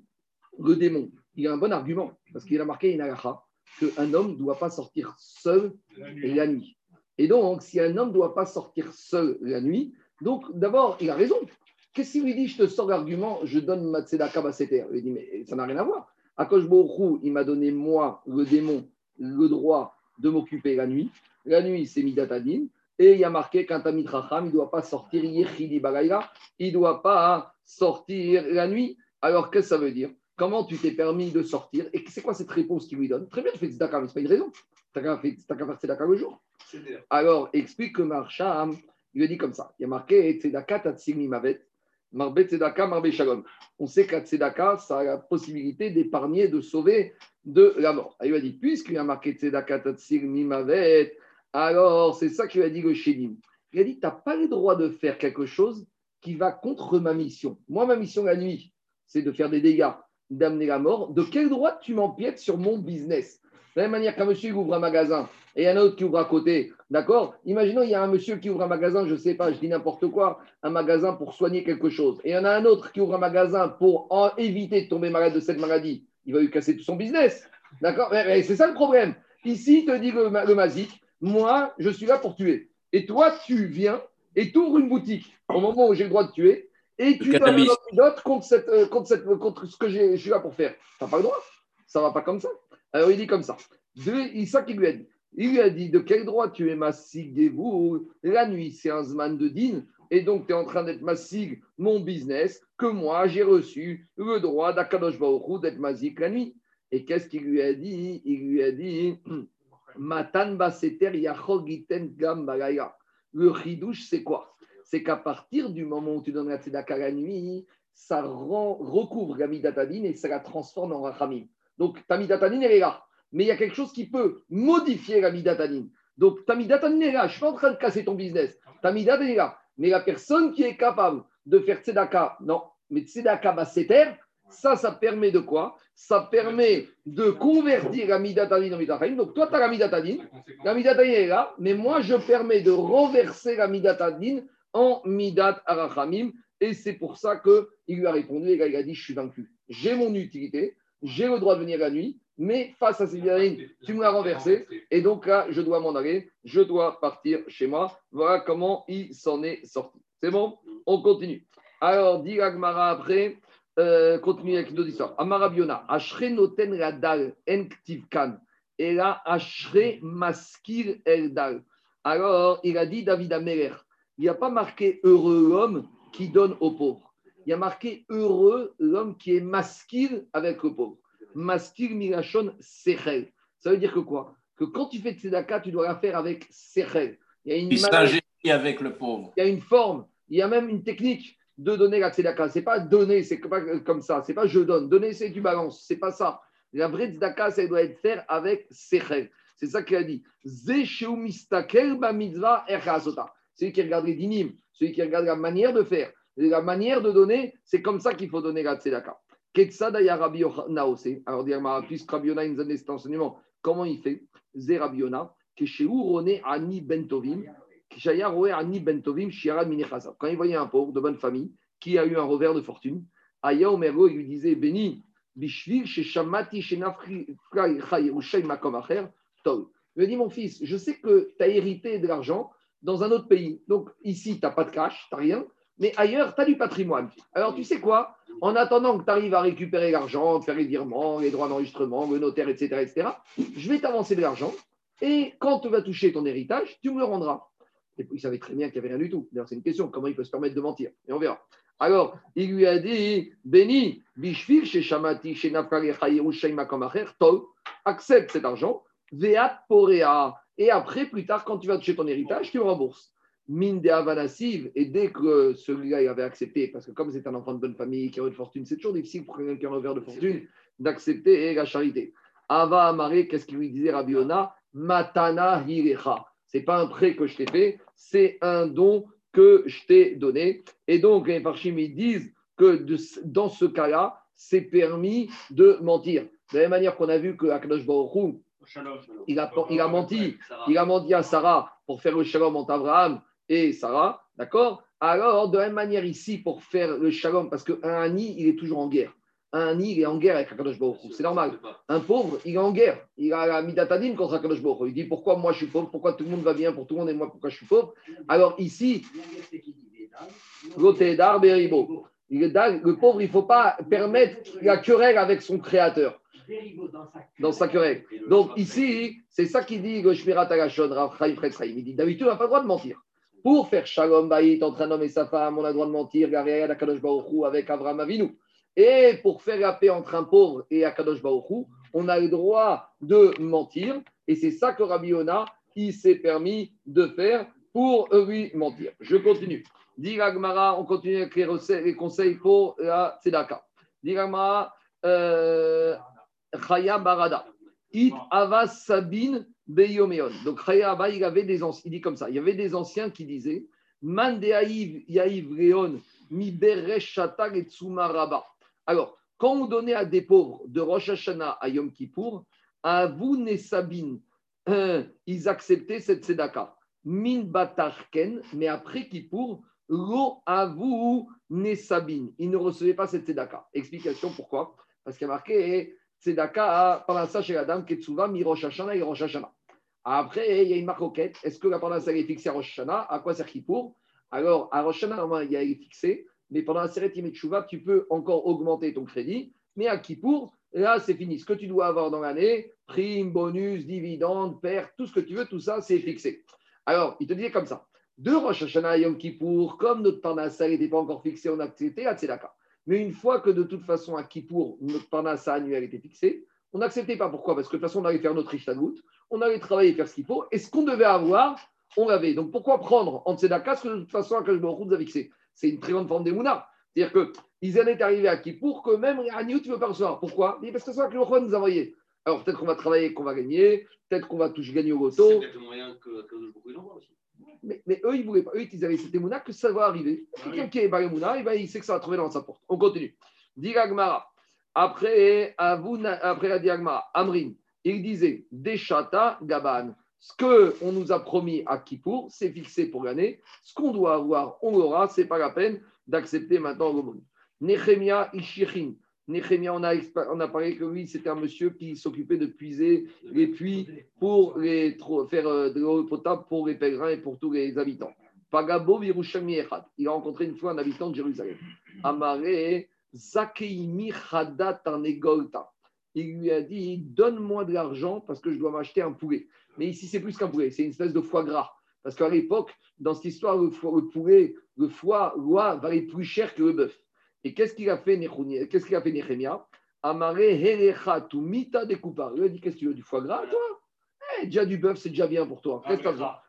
le démon, il a un bon argument. Parce qu'il a marqué une halakha qu'un homme ne doit pas sortir seul la nuit. la nuit. Et donc, si un homme ne doit pas sortir seul la nuit, donc d'abord, il a raison. Qu'est-ce qu'il lui dit? Je te sors l'argument, je donne ma tzedaka baseter. Il dit, mais ça n'a rien à voir. Akash Baruch Hu, il m'a donné, moi, le démon, le droit de m'occuper la nuit. La nuit, c'est Midat Adin. Et il y a marqué qu'un Tamid Chacham, il ne doit pas sortir Yechidi Balaïla. Il ne doit pas sortir la nuit. Alors, qu'est-ce que ça veut dire? Comment tu t'es permis de sortir? Et c'est quoi cette réponse qu'il lui donne? Très bien, tu fais tzedaka, mais ce n'est pas une raison. Tu n'as qu'à faire tzedaka le jour. Alors, explique que Marsham, il lui dit comme ça. Il y a marqué tzedaka tatsimi mavet. Marbe Tzedaka, Marbe Shalom. On sait qu'à Tzedaka, ça a la possibilité d'épargner, de sauver de la mort. Il lui a dit, puisqu'il y a marqué Tzedaka Tatsir Mimavet, alors c'est ça qu'il a dit le Shedim. Il a dit, tu n'as pas le droit de faire quelque chose qui va contre ma mission. Moi, ma mission la nuit, c'est de faire des dégâts, d'amener la mort. De quel droit tu m'empiètes sur mon business? De la même manière qu'un monsieur ouvre un magasin et un autre qui ouvre à côté, d'accord? Imaginons, il y a un monsieur qui ouvre un magasin, je ne sais pas, je dis n'importe quoi, un magasin pour soigner quelque chose. Et il y en a un autre qui ouvre un magasin pour en éviter de tomber malade de cette maladie. Il va lui casser tout son business, d'accord? Mais, mais c'est ça le problème. Ici, il te dit le, le Mazik, moi, je suis là pour tuer. Et toi, tu viens et tu ouvres une boutique au moment où j'ai le droit de tuer et tu donnes un antidote contre, cette, contre, cette, contre ce que je suis là pour faire. Tu n'as pas le droit. Ça ne va pas comme ça. Alors, il dit comme ça. C'est ça qu'il lui a dit. Il lui a dit, de quel droit tu es massig vous? La nuit, c'est un zman de din. Et donc, tu es en train d'être massig mon business, que moi, j'ai reçu le droit d'Akadosh Baruch Hu d'être massig la nuit. Et qu'est-ce qu'il lui a dit? Il lui a dit, Matan baseter yachol giten gam balaya. Le chidouche, c'est quoi? C'est qu'à partir du moment où tu donnes la tzedaka la nuit, ça rend, recouvre la midatadine et ça la transforme en rachamim. Donc, ta midatadine, elle est là. Mais il y a quelque chose qui peut modifier la midatadine. Donc, ta midatadine est là. Je ne suis pas en train de casser ton business. Ta midatadine est là. Mais la personne qui est capable de faire tzedaka, non, mais tzedaka baseter, ça, ça permet de quoi? Ça permet de convertir la midatadine en midatadine. Donc, toi, tu as la midatadine. La midatadine est là. Mais moi, je permets de renverser la midatadine en midat arachamim. Et c'est pour ça qu'il lui a répondu. Et là, il a dit, je suis vaincu. J'ai mon utilité. J'ai le droit de venir la nuit. Mais face à ces midatadine, tu me l'as renversé. Et donc là, je dois m'en aller. Je dois partir chez moi. Voilà comment il s'en est sorti. C'est bon? On continue. Alors, dit Agmara après. Euh, continue avec notre histoire. Amarabiona, Ashre noten radal en ktivkan, et là Ashre maskir eldal. Alors, il a dit David Améler, il n'y a pas marqué heureux l'homme qui donne aux pauvres. Il y a marqué heureux l'homme qui est maskir avec le pauvre. Maskir milachon sechel. Ça veut dire que quoi? Que quand tu fais tzedaka, tu dois la faire avec sechel. Il y a une Il manière, s'ingénie avec le pauvre. il y a une forme, il y a même une technique de donner la tzedaka. Ce n'est pas donner, c'est pas comme ça. Ce n'est pas je donne. Donner, c'est tu balances. Ce n'est pas ça. La vraie tzedaka, ça doit être faire avec sechel. C'est ça qu'il a dit. Ze sheu mistakel ba mitzvah ercha asota. Celui qui regarde les dinim, celui qui regarde la manière de faire, la manière de donner, c'est comme ça qu'il faut donner la tzedaka. Ketsada Rabbi Yona aussi. Alors, puisque Rabbi Yona nous donne cet enseignement, comment il fait? Zé Rabbi Yona, Keshéou Roné Ani Bentovim, Keshaya Roé Ani Bentovim, Shiara Minechasa. Quand il voyait un pauvre de bonne famille qui a eu un revers de fortune, Aya Omero, il lui disait Béni, Bishvil, Sheshamati, Shenafri, Chayerushay Makom Acher, Tov. Il lui dit mon fils, je sais que tu as hérité de l'argent dans un autre pays. Donc, ici, tu n'as pas de cash, tu n'as rien. Mais ailleurs, tu as du patrimoine. Alors, tu sais quoi? En attendant que tu arrives à récupérer l'argent, faire les virements, les droits d'enregistrement, le notaire, et cetera, et cetera, je vais t'avancer de l'argent. Et quand tu vas toucher ton héritage, tu me le rendras. Et puis, il savait très bien qu'il n'y avait rien du tout. D'ailleurs, c'est une question. Comment il peut se permettre de mentir? Et on verra. Alors, il lui a dit Béni, Bishvil, chez Shamati, chez Nafkale, Chayerou, Shaima, Kamacher, Tol, accepte cet argent, Veat Porea. Et après, plus tard, quand tu vas toucher ton héritage, tu le rembourses. Mine de Havanassive, et dès que celui-là il avait accepté, parce que comme c'est un enfant de bonne famille qui a eu de fortune, c'est toujours difficile pour quelqu'un qui a un revers de fortune d'accepter la charité. Ava Amare, qu'est-ce qu'il lui disait Rabbi Yona? Matana Hirecha. C'est pas un prêt que je t'ai fait, c'est un don que je t'ai donné. Et donc, les Parchim, ils disent que de, dans ce cas-là, c'est permis de mentir. De la même manière qu'on a vu que Akadosh Baruch Hu, il a, il a menti, il a menti à Sarah pour faire le shalom entre Abraham et Sarah, d'accord? Alors, de la même manière ici, pour faire le shalom, parce qu'un Ani, il est toujours en guerre. Un Ani, il est en guerre avec Akadosh Baruch Hu. C'est normal. Un pauvre, il est en guerre. Il a la midatadine contre Akadosh Baruch Hu. Il dit pourquoi moi je suis pauvre, pourquoi tout le monde va bien pour tout le monde et moi pourquoi je suis pauvre. Alors ici, Lotedar Beribo. Le pauvre, il ne faut pas permettre la querelle avec son créateur. Dans sa querelle. Donc ici, c'est ça qu'il dit le Shmirat Agashon, Rav Chaim Fretz Chaim. Il dit d'habitude, on n'a pas le droit de mentir. Pour faire Shalom Bayit entre un homme et sa femme, on a le droit de mentir, Garéa Akadosh Baruch Hu avec Avraham Avinu. Et pour faire la paix entre un pauvre et Akadosh Baruch Hu, on a le droit de mentir. Et c'est ça que Rabbi Yona, il s'est permis de faire pour lui mentir. Je continue. Dit Gmara, on continue avec les conseils pour la Tzedaka. Dit Gmara, euh, Chaya Barada. It Avas Sabin Beyomeon. Donc Chaya Abba, il avait des anciens, il dit comme ça, il y avait des anciens qui disaient Man de Aïv Yaïv Reon Mi Beresh Shatak et Tsuma Rabba. Alors, quand on donnait à des pauvres de Rosh Hashanah à Yom Kippour, à vous et Sabine, euh, ils acceptaient cette tzedaka. Min Batarken, mais après Kippour, lo avou ne Sabine. Ils ne recevaient pas cette tzedaka. Explication pourquoi? Parce qu'il y a marqué tzedaka pendant ça chez la dame Ketsuva mi Rosh Hashanah et Rosh Hashanah. Après, il y a une marcoquette. Est-ce que la pendant ça est fixée à Rosh Hashanah? À quoi sert Kippour? Alors, à Rosh Hashanah, normalement, il y a fixé. Mais pendant la Seret Yom Teshuvah, tu peux encore augmenter ton crédit. Mais à Kippour, là, c'est fini. Ce que tu dois avoir dans l'année, prime, bonus, dividende, perte, tout ce que tu veux, tout ça, c'est fixé. Alors, il te disait comme ça. De Rosh Hashanah à Yom Kippour, comme notre Parnassa n'était pas encore fixé, on a accepté la Tzedaka. Mais une fois que de toute façon, à Kippour, notre Parnassa annuel était fixé, on n'acceptait pas. Pourquoi? Parce que de toute façon, on allait faire notre Ishtadlut, on allait travailler, faire ce qu'il faut, et ce qu'on devait avoir, on l'avait. Donc, pourquoi prendre en Tzedaka ce que de toute façon, Akadosh Baruch Hu nous a fixé? C'est une très grande forme d'Emouna. C'est-à-dire qu'ils en étaient arrivés à Kippour que même à Niout, tu ne veux pas recevoir. Pourquoi? Parce que c'est ça que le roi nous a envoyé. Alors peut-être qu'on va travailler, qu'on va gagner, peut-être qu'on va toucher gagner au loto. C'est peut-être le moyen que, que le beaucoup envoie aussi. Mais, mais eux, ils ne voulaient pas. Eux, ils avaient cette Emouna que ça va arriver. Ah, quelqu'un oui. qui est par Emouna, eh ben, il sait que ça va trouver dans sa porte. On continue. Diragmara. Après, après la Diragmara, Amrin, il disait Deshata Gaban. Ce qu'on nous a promis à Kippour, c'est fixé pour l'année. Ce qu'on doit avoir, on l'aura. Ce n'est pas la peine d'accepter maintenant l'aumône. Nehemia Ishichin. Nehemia, on a, on a parlé que lui, c'était un monsieur qui s'occupait de puiser les puits pour les, faire de l'eau potable pour les pèlerins et pour tous les habitants. Pagabo Virushami Echad. Il a rencontré une fois un habitant de Jérusalem. Amare Zakeimi Hadat Anegolta. Il lui a dit donne-moi de l'argent parce que je dois m'acheter un poulet. Mais ici, c'est plus qu'un poulet, c'est une espèce de foie gras. Parce qu'à l'époque, dans cette histoire, le, foie, le poulet, le foie gras valait plus cher que le bœuf. Et qu'est-ce qu'il a fait Nehemia? Qu'est-ce qu'il a fait Nehemia? Amare Herecha tu mita découpa. Il a dit qu'est-ce que tu veux, du foie gras, toi? Eh, déjà du bœuf, c'est déjà bien pour toi. Qu'est-ce que tu as besoin?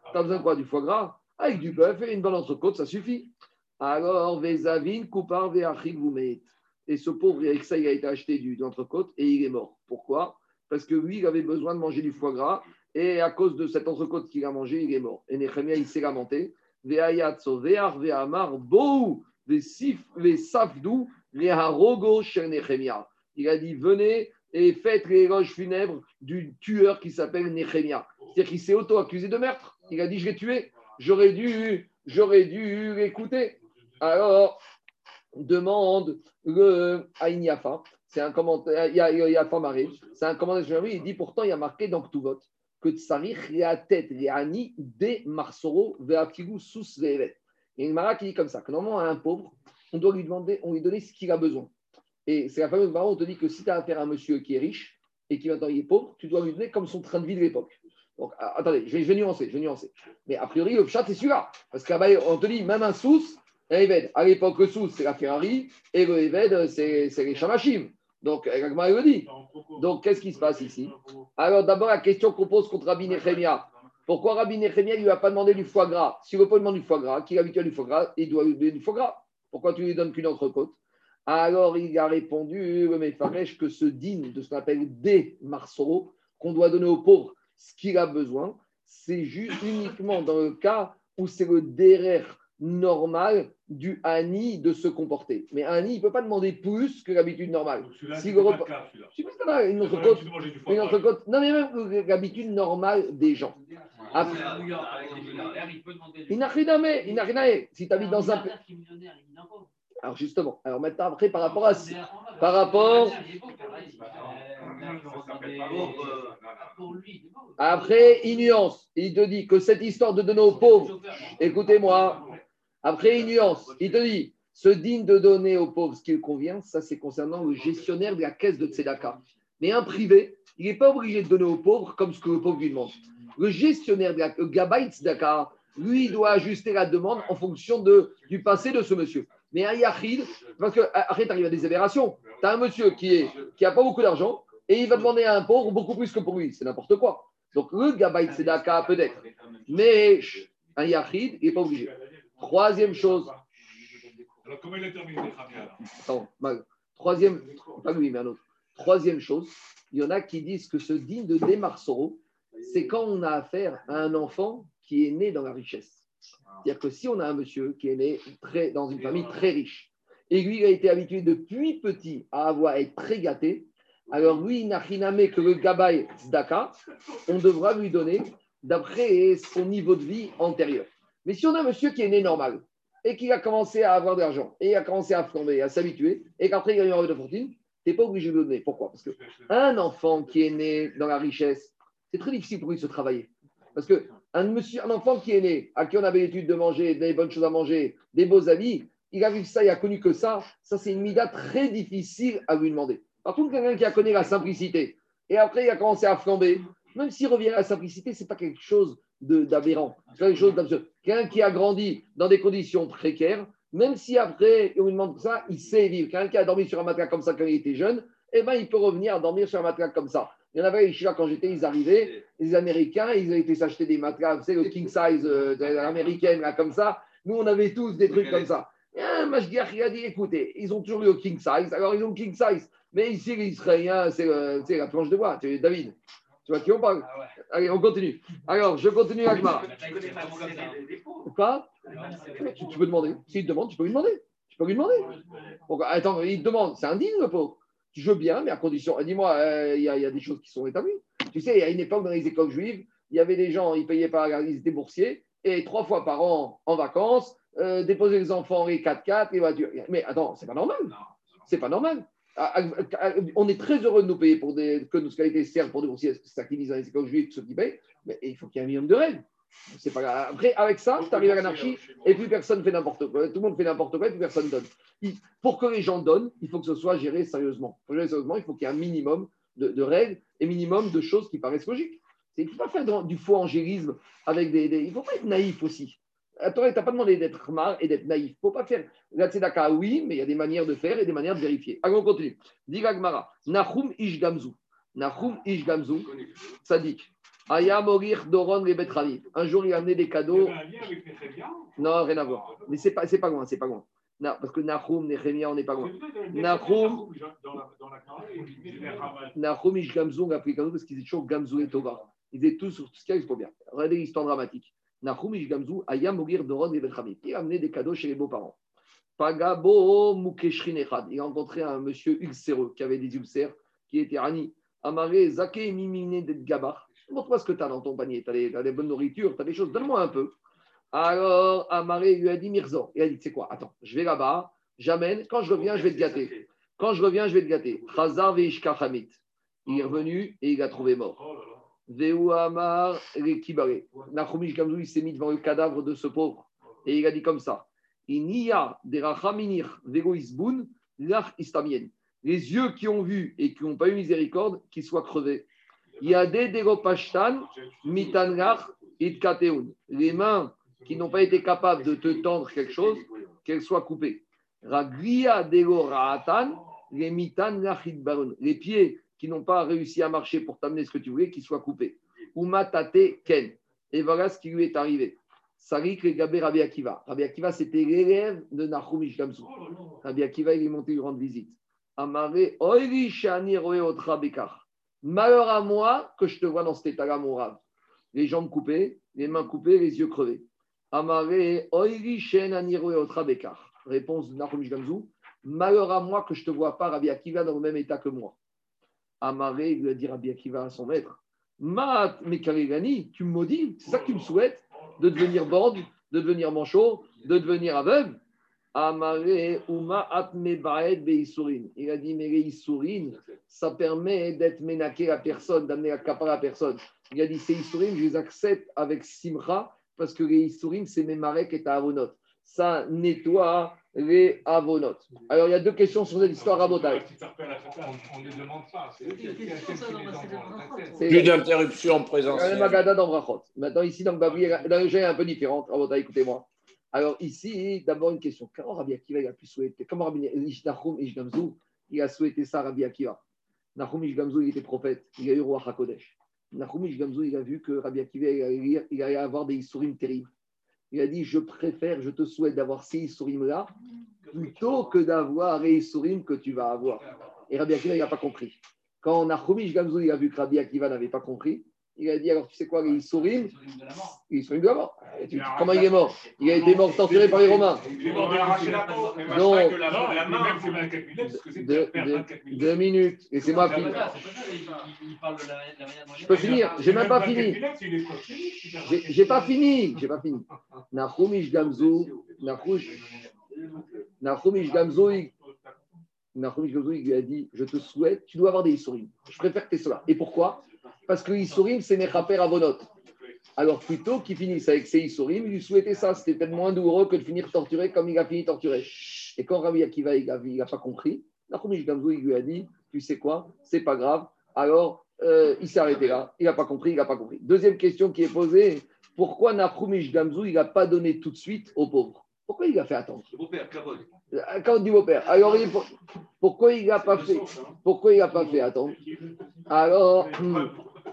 Tu as besoin de quoi? Du foie gras? Avec du bœuf et une bonne entrecôte, ça suffit. Alors, Vezavin, Koupar, Veachik, vous mettez. Et ce pauvre, avec ça, il a été acheté du, de l'entrecôte et il est mort. Pourquoi? Parce que lui, il avait besoin de manger du foie gras et à cause de cette entrecôte qu'il a mangé, il est mort. Et Nechemia, il s'est lamenté. Veayatso, Vear, Veamar, Bou, Vesif, Vesafdou, Veharogo, chez Nechemia. Il a dit venez et faites l'éloge funèbre du tueur qui s'appelle Nechemia. C'est-à-dire qu'il s'est auto-accusé de meurtre. Il a dit je l'ai tué. J'aurais dû, j'aurais dû l'écouter. Alors, demande le Aïniafa, c'est un commentaire, il y a, il y a Famaré, c'est un commentaire, il dit pourtant il y a marqué dans Ktuvot que Tsarich la tête les ani des marsoro ve'akigu sous ve'evet. Il y a une mara qui dit comme ça que normalement à un pauvre, on doit lui demander, on lui donner ce qu'il a besoin. Et c'est la fameuse mara où on te dit que si tu as affaire à un monsieur qui est riche et qui maintenant il est pauvre, tu dois lui donner comme son train de vie de l'époque. Donc attendez, je vais, je vais nuancer, je vais nuancer. Mais a priori le chat c'est celui-là, parce qu'à on te dit même un sous. Un Eved, à l'époque, le sous, c'est la Ferrari, et le Eved, c'est, c'est les Shamashim. Donc, Ragma le dit. Donc, qu'est-ce qui se passe ici? Alors, d'abord, la question qu'on pose contre Rabbi Nechemia. Pourquoi Rabbi Nechemia ne lui a pas demandé du foie gras? Si le pauvre demande du foie gras, qu'il est habitué du foie gras, il doit lui donner du foie gras. Pourquoi tu ne lui donnes qu'une entrecôte? Alors, il a répondu, le Mefaresh, que ce dîne de ce qu'on appelle des marsoro, qu'on doit donner aux pauvres ce qu'il a besoin, c'est juste uniquement dans le cas où c'est le derrière normal du Hani de se comporter. Mais un Hani, il ne peut pas demander plus que l'habitude normale. Si le repas... Je sais pas, une autre côte, une autre côte. Non, mais même l'habitude normale des gens. Après, il n'a rien à mettre, il n'a rien à mettre. Si tu habites dans un... Alors justement, alors maintenant après par rapport à par rapport après une nuance, il te dit que cette histoire de donner aux pauvres, écoutez-moi, après une nuance, il te dit ce digne de donner aux pauvres ce qui lui convient, ça c'est concernant le gestionnaire de la caisse de Tzedaka. Mais un privé, il n'est pas obligé de donner aux pauvres comme ce que le pauvre lui demande. Le gestionnaire de la Gabay Tzedaka, lui, il doit ajuster la demande en fonction de, du passé de ce monsieur. Mais un yachid, parce que après, tu arrives à des aberrations. Tu as un monsieur qui n'a qui a pas beaucoup d'argent et il va demander à un pauvre beaucoup plus que pour lui. C'est n'importe quoi. Donc, le Gabay Tzedaka, peut-être. Mais un yachid, il n'est pas obligé. Troisième chose. Alors, comment il a terminé? Attends, mal. Troisième, pas lui, mais un autre. Troisième chose, il y en a qui disent que ce digne de Demarsoro, c'est quand on a affaire à un enfant qui est né dans la richesse. C'est-à-dire que si on a un monsieur qui est né très, dans une famille très riche, et lui il a été habitué depuis petit à avoir à être très gâté, alors lui, il n'a rien à mettre que le Gabay Tzedaka, on devra lui donner d'après son niveau de vie antérieur. Mais si on a un monsieur qui est né normal, et qui a commencé à avoir de l'argent, et il a commencé à flamber, à s'habituer, et qu'après il a eu un revenu de fortune, tu n'es pas obligé de le donner. Pourquoi? Parce qu'un enfant qui est né dans la richesse, c'est très difficile pour lui de se travailler. Parce que Un, monsieur, un enfant qui est né, à qui on avait l'habitude de manger, des bonnes choses à manger, des beaux habits, il a vu ça, il a connu que ça, ça c'est une mida très difficile à lui demander. Par contre, quelqu'un qui a connu la simplicité, et après il a commencé à flamber, même s'il revient à la simplicité, ce n'est pas quelque chose de, d'aberrant, c'est quelque chose d'absurde. Quelqu'un qui a grandi dans des conditions précaires, même si après on lui demande ça, il sait vivre. Quelqu'un qui a dormi sur un matelas comme ça quand il était jeune, eh ben, il peut revenir à dormir sur un matelas comme ça. Il y en avait, je sais pas, quand j'étais, ils arrivaient, les Américains, ils avaient été s'acheter des matelas, vous savez, le king size euh, américaine, là, comme ça. Nous, on avait tous des trucs comme ça. Et un Mashgiach, il a dit, écoutez, ils ont toujours eu le king size, alors ils ont le king size. Mais ici, les Israéliens, c'est, euh, c'est la planche de bois, c'est David. Tu vois qui on parle? Ah ouais. Allez, on continue. Alors, je continue avec Mara. Quoi? tu, tu peux demander. S'il te demande, tu peux lui demander. Tu peux lui demander. Donc, attends, il te demande, c'est indigne, le pauvre. Je veux bien, mais à condition. Dis-moi, il euh, y, y a des choses qui sont établies. Tu sais, à une époque, dans les écoles juives, il y avait des gens, ils payaient pas, ils étaient boursiers, et trois fois par an, en vacances, euh, déposer les enfants, les quatre-quatre, les voitures. Mais attends, c'est pas normal. C'est pas normal. On est très heureux de nous payer pour des, que nos qualités servent pour des boursiers, c'est ça qu'ils disent dans les écoles juives, ceux qui payent, mais il faut qu'il y ait un minimum de règles. C'est pas grave. Après, avec ça, tu arrives à l'anarchie et puis personne ne fait n'importe quoi. Tout le monde fait n'importe quoi et puis personne ne donne. Il, pour que les gens donnent, il faut que ce soit géré sérieusement. Pour gérer sérieusement, il faut qu'il y ait un minimum de, de règles et minimum de choses qui paraissent logiques. C'est, il ne faut pas faire du faux angélisme avec des, des. Il ne faut pas être naïf aussi. Tu n'as pas demandé d'être mar et d'être naïf. Il ne faut pas faire. La tzedaka, oui, mais il y a des manières de faire et des manières de vérifier. Allons, on continue. Diga Gmara. Nahum ish gamzu. Nahum ish gamzu. Tzadik. Aya Morir Doron Rebet Rami. Un jour, il a amené des cadeaux. Il y avait un lien avec Néhémia? Non, rien à voir. Mais c'est pas, c'est pas loin, c'est pas loin. Non, parce que Nahum, Néhémia, on n'est pas loin. Nahum, Nahum, Ish Gamzou, on a pris cadeau parce qu'ils étaient toujours Gamzou et Tova. Ils étaient tous sur tout ce qu'il y a, ils sont bien. Regardez l'histoire dramatique. Nahum, Ish Gamzou, Aya Morir Doron Rebet Rami. Il a amené des cadeaux chez les beaux-parents. Pagabo Mukeshrin Echad. Il a rencontré un monsieur ulcéreux qui avait des ulcères, qui était Rani. Amaré Zake Mimine de Gabar. Montre-moi ce que tu as dans ton panier. Tu as, as des bonnes nourritures, tu as des choses. Donne-moi un peu. Alors, Amaré lui a dit Mirzo. Il a dit, c'est quoi? Attends, je vais là-bas, j'amène. Quand je reviens, je vais te gâter. Quand je reviens, je vais te gâter. Chazar Veishka Hamit. Il est revenu et il l'a trouvé mort. Veu Amar Rekibare. Nachumish Gamzou, il s'est mis devant le cadavre de ce pauvre. Et il a dit comme ça. Inia de Rachaminir Vego Isbun, Lach Istamien. Les yeux qui ont vu et qui n'ont pas eu miséricorde, qu'ils soient crevés. Il y a des Degopashtan, Mitanlach, Itkateun. Les mains qui n'ont pas été capables de te tendre quelque chose, qu'elles soient coupées. Raglia Dego Raatan, les Mitanlach Itbarun. Les pieds qui n'ont pas réussi à marcher pour t'amener ce que tu voulais, qu'ils soient coupés. Umatate Ken. Et voilà ce qui lui est arrivé. Sarik le Gabé Rabbi Akiva. Rabbi Akiva, c'était l'élève de Nahum Ish Gamzou. Rabbi Akiva, il est monté lui rendre visite. Amaré, Oiri Shani Roe Otra Bekar. Malheur à moi que je te vois dans cet état-là, mon rab. Les jambes coupées, les mains coupées, les yeux crevés. Amaré, Oiri Shani Roe Otra Bekar. Réponse de Nahum Ish Gamzou. Malheur à moi que je ne te vois pas, Rabbi Akiva, dans le même état que moi. Amaré, il lui a dit Rabbi Akiva à son maître. Mat Mekarigani, tu me maudis, c'est ça que tu me souhaites? De devenir borde, de devenir manchot, de devenir aveugle. Amaré Uma Atme Baed Beisourin. Il a dit, mais les Isourin, ça permet d'être ménaqué à personne, d'amener la capara à personne. Il a dit, ces Isourin, je les accepte avec Simcha, parce que les Isourin, c'est mes marek et ta avonot. Ça nettoie les avonot. Alors, il y a deux questions sur cette histoire rabotage. On ne demande pas. Plus d'interruption en présence. Maintenant, ici, dans le Babri, dans le jeu est un peu différent. Rabotage, écoutez-moi. Alors, ici, d'abord une question. Comment Rabbi Akiva il a pu souhaiter? Comment Rabbi Nahum Ish Gamzou il a souhaité ça, Rabbi Akiva? Nahum Ish Gamzou, il était prophète. Il a eu roi HaKodesh. Nahum Ish Gamzou, il a vu que Rabbi Akiva il allait, il allait avoir des Issourim terribles. Il a dit, je préfère, je te souhaite d'avoir ces Issourim-là plutôt que d'avoir les Issourim que tu vas avoir. Et Rabbi Akiva, il n'a pas compris. Quand Nahum Ish Gamzou, il a vu que Rabbi Akiva n'avait pas compris, il a dit, alors tu sais quoi, les Issourim, les Issourim de la mort. Comment il est mort? Il a été mort torturé par les Romains. Il est mort de arracher la peau. Donc, deux, deux minutes, laissez-moi finir. Je peux finir, j'ai même pas fini. J'ai, j'ai pas fini, j'ai pas fini. Nahum Ish Gamzou, Nahum Ish Gamzou, Nahum Ish Gamzou, il lui a dit, je te souhaite, tu dois avoir des Issourim. Je préfère que tu aies cela. Et pourquoi? Parce que Issourim, c'est Mechaper Avonot. Alors plutôt qu'il finisse avec ses Issourim, il lui souhaitait ça. C'était peut-être moins douloureux que de finir torturé comme il a fini torturé. Et quand Rabbi Akiva, il n'a pas compris, Nahum Ish Gamzou, il lui a dit, tu sais quoi, c'est pas grave. Alors, euh, il s'est arrêté là. Il n'a pas compris, il n'a pas compris. Deuxième question qui est posée, pourquoi Nahum Ish Gamzou, il n'a pas donné tout de suite aux pauvres? Pourquoi il a fait attendre? Le beau-père, Kavod. Quand on dit beau-père, alors il, pourquoi il n'a pas fait Pourquoi il n'a pas fait attendre? Alors, hmm.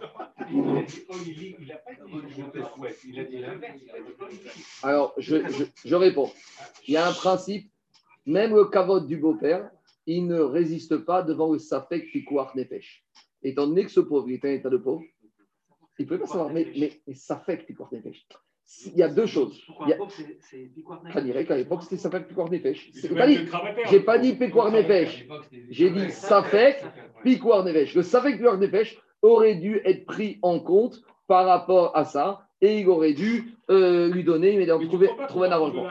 Alors, je, je, je réponds. Il y a un principe, même le kavod du beau-père, il ne résiste pas devant le safek pikuach nefesh. Étant donné que ce pauvre, il est un état de pauvre, il ne peut pas savoir, mais, mais, mais safek pikuach nefesh. Il y a deux choses. Il y a... On dirait qu'à l'époque, c'était safek pikuach nefesh. Je n'ai pas dit pikuach nefesh. J'ai dit safek pikuach nefesh. Le safek pikuach nefesh aurait dû être pris en compte par rapport à ça et il aurait dû euh, lui donner, mais donc trouver, trouver un arrangement.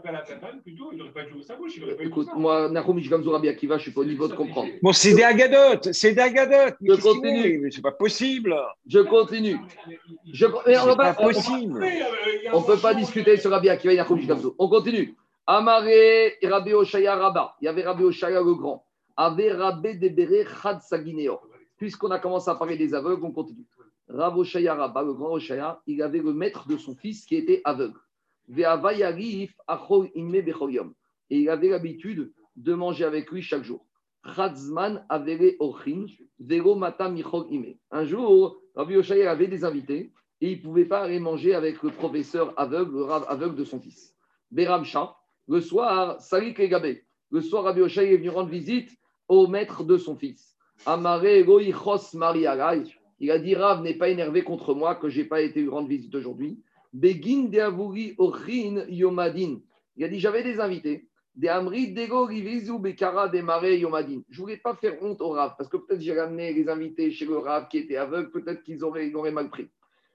Écoute, moi, Nahum Ish Gamzou, Rabbi Akiva, je ne suis pas au niveau de comprendre. Bon, c'est des agadotes, c'est des agadotes. Je continue. Mais c'est pas possible. Je continue. Je, mais on c'est pas, pas possible. On ne peut pas discuter sur Rabbi Akiva et Nahum Ish Gamzou. On continue. Amaré, Rabbi Oshaya Rabba. Il y avait Rabbi Oshaya le grand. Avait Rabbi Debere Chad Sagineo. Puisqu'on a commencé à parler des aveugles, on continue. Rav Oshaya Rabba, le grand Oshaya, il avait le maître de son fils qui était aveugle. Et il avait l'habitude de manger avec lui chaque jour. Chazman Avere Ochin, Vero Mata Michol Ime. Un jour, Rabbi Oshaya avait des invités et il ne pouvait pas aller manger avec le professeur aveugle, le rave aveugle de son fils. Beram Shah, le soir, Salik Egabé. Le soir, Rabbi Oshaya est venu rendre visite au maître de son fils. Amare Egoichos Marialai. Il a dit Rav n'est pas énervé contre moi que je n'ai pas été rendre visite aujourd'hui. Begin de Avuri Ochin Yomadin. Il a dit j'avais des invités. Des Amri Dego Rivizu Bekara des Marais Yomadin. Je ne voulais pas faire honte au Rav parce que peut-être j'ai ramené les invités chez le Rav qui était aveugle, peut-être qu'ils auraient, ils auraient mal pris.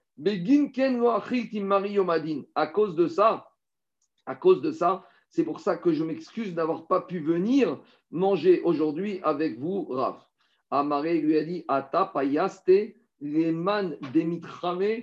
Begin Ken Loachil Timari Yomadin. À cause de ça, à cause de ça, c'est pour ça que je m'excuse d'avoir pas pu venir manger aujourd'hui avec vous, Rav. Amaré lui a dit Ata payaste leman demitrame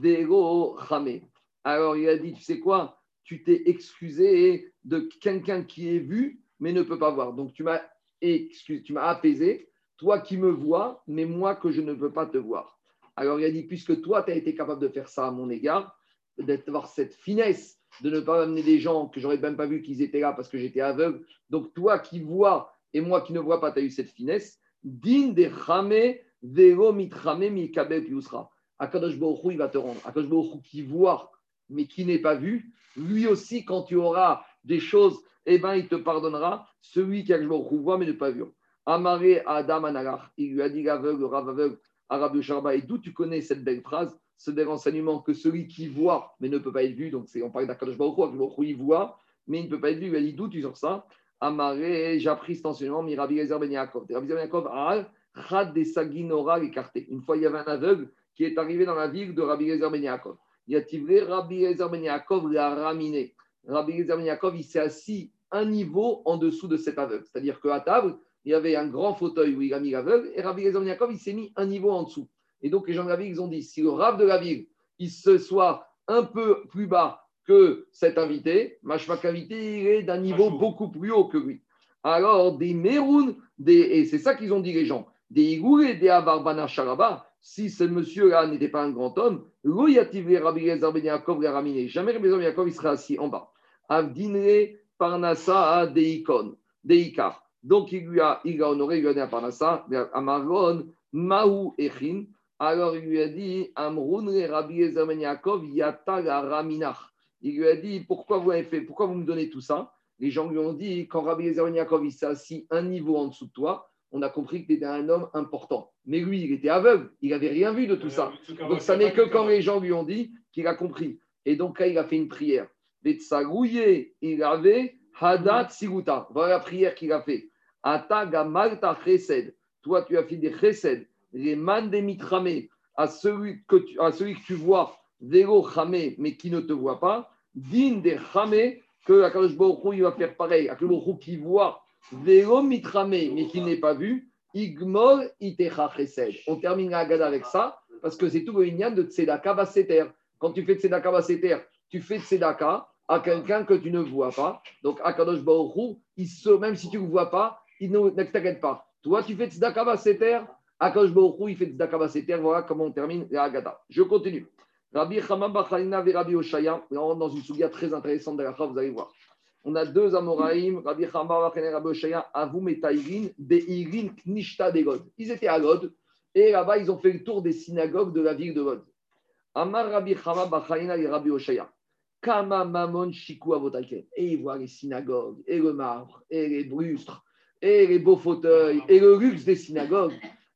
vero chame. Alors il a dit tu sais quoi, tu t'es excusé de quelqu'un qui est vu mais ne peut pas voir. Donc tu m'as excusé, tu m'as apaisé, toi qui me vois, mais moi que je ne peux pas te voir. Alors il a dit puisque toi tu as été capable de faire ça à mon égard, d'avoir cette finesse de ne pas amener des gens que j'aurais même pas vu qu'ils étaient là parce que j'étais aveugle. Donc toi qui vois et moi qui ne vois pas, tu as eu cette finesse. Din de chame vero mitrame mikabe piusra. Akadosh Baruch Hu, il va te rendre. Akadosh Baruch Hu qui voit mais qui n'est pas vu, lui aussi quand tu auras des choses, eh ben il te pardonnera. Celui qui Akadosh Baruch Hu voit mais ne pas vu. Amaré Adam Analach, il lui a dit l'aveugle, Rav aveugle, Arabe Sharba. Et d'où tu connais cette belle phrase, ce bel enseignement que celui qui voit mais ne peut pas être vu. Donc c'est, on parle d'Akadosh Baruch Hu, Akadosh Baruch Hu il voit mais il ne peut pas être vu. Il lui a dit d'où tu sors ça? Amaré, j'ai appris cet enseignement, mi Rabbi Eliezer ben Yaakov. Rabbi Eliezer ben Yaakov, al chad des saginora écarté. Une fois, il y avait un aveugle qui est arrivé dans la ville de Rabbi Eliezer ben Yaakov. Il a tivré Rabbi Eliezer ben Yaakov l'a raminé. Rabbi Eliezer ben Yaakov, il s'est assis un niveau en dessous de cet aveugle. C'est-à-dire qu'à table, il y avait un grand fauteuil où il a mis l'aveugle et Rabbi Eliezer ben Yaakov, il s'est mis un niveau en dessous. Et donc, les gens de la ville, ils ont dit, si le Rav de la ville, il se soit un peu plus bas que cet invité, Mashmak invité, il est d'un niveau beaucoup plus haut que lui. Alors, des Meroun, des, et c'est ça qu'ils ont dit les gens, des Igouré, des Avarbana Sharaba, si ce monsieur-là n'était pas un grand homme, Loyativre Rabbi Eliezer ben Yaakov l'a raminé. Jamais Rabbi Eliezer ben Yaakov il serait assis en bas. Avdinre Parnassa Deikon, Deikar. Donc, il lui a, il a honoré, il lui a donné à Parnassa, à Margon, Mahou Echin. Alors, il lui a dit, Amroun Rabbi Eliezer ben Yaakov, Yata la Raminach. Il lui a dit, pourquoi vous avez fait, pourquoi vous me donnez tout ça? Les gens lui ont dit, quand Rabbi Eliezer ben Yaakov s'est assis un niveau en dessous de toi, on a compris que tu étais un homme important. Mais lui, il était aveugle, il n'avait rien vu de tout ça. Donc, ça n'est que quand les gens lui ont dit qu'il a compris. Et donc, là, il a fait une prière. Betsarouye, il avait Hadat Siguta. Voilà la prière qu'il a fait. Ata Gamalta Chesed. Toi, tu as fait des Chesed, les man des mitramé, à celui que tu, à celui que tu vois, Vélo Chamé, mais qui ne te voit pas. Din des Chamé, que Akadosh Baruch Hu, il va faire pareil. Akadosh Baruch Hu qui voit, Vélo Mitramé, mais qui n'est pas vu. Igmor Itecha Chesed. On termine la Haggadah avec ça, parce que c'est tout le Inyan de Tzedaka Baseter. Quand tu fais Tzedaka Baseter, tu fais Tzedaka à quelqu'un que tu ne vois pas. Donc, Akadosh Baruch Hu, il se, même si tu ne le vois pas, il ne, ne t'inquiète pas. Toi, tu fais Tzedaka Baseter, Akadosh Baruch Hu, il fait Tzedaka Baseter. Voilà comment on termine la Haggadah. Je continue. Rabbi Chama Bachalina et Rabbi Oshaya, on rentre dans une souga très intéressante de la Chaf, vous allez voir. On a deux Amoraïm, Rabbi Chama Bachalina et Rabbi Oshaya, Avum et Taïrin, Beirin Knishta de Lod. Ils étaient à Lod, et là-bas, ils ont fait le tour des synagogues de la ville de Lod. Amar Rabbi Chama Bachalina et Rabbi Oshaya, Kama Mamon Shiku Avotaiken. Et ils voient les synagogues, et le marbre, et les brustres, et les beaux fauteuils, et le luxe des synagogues.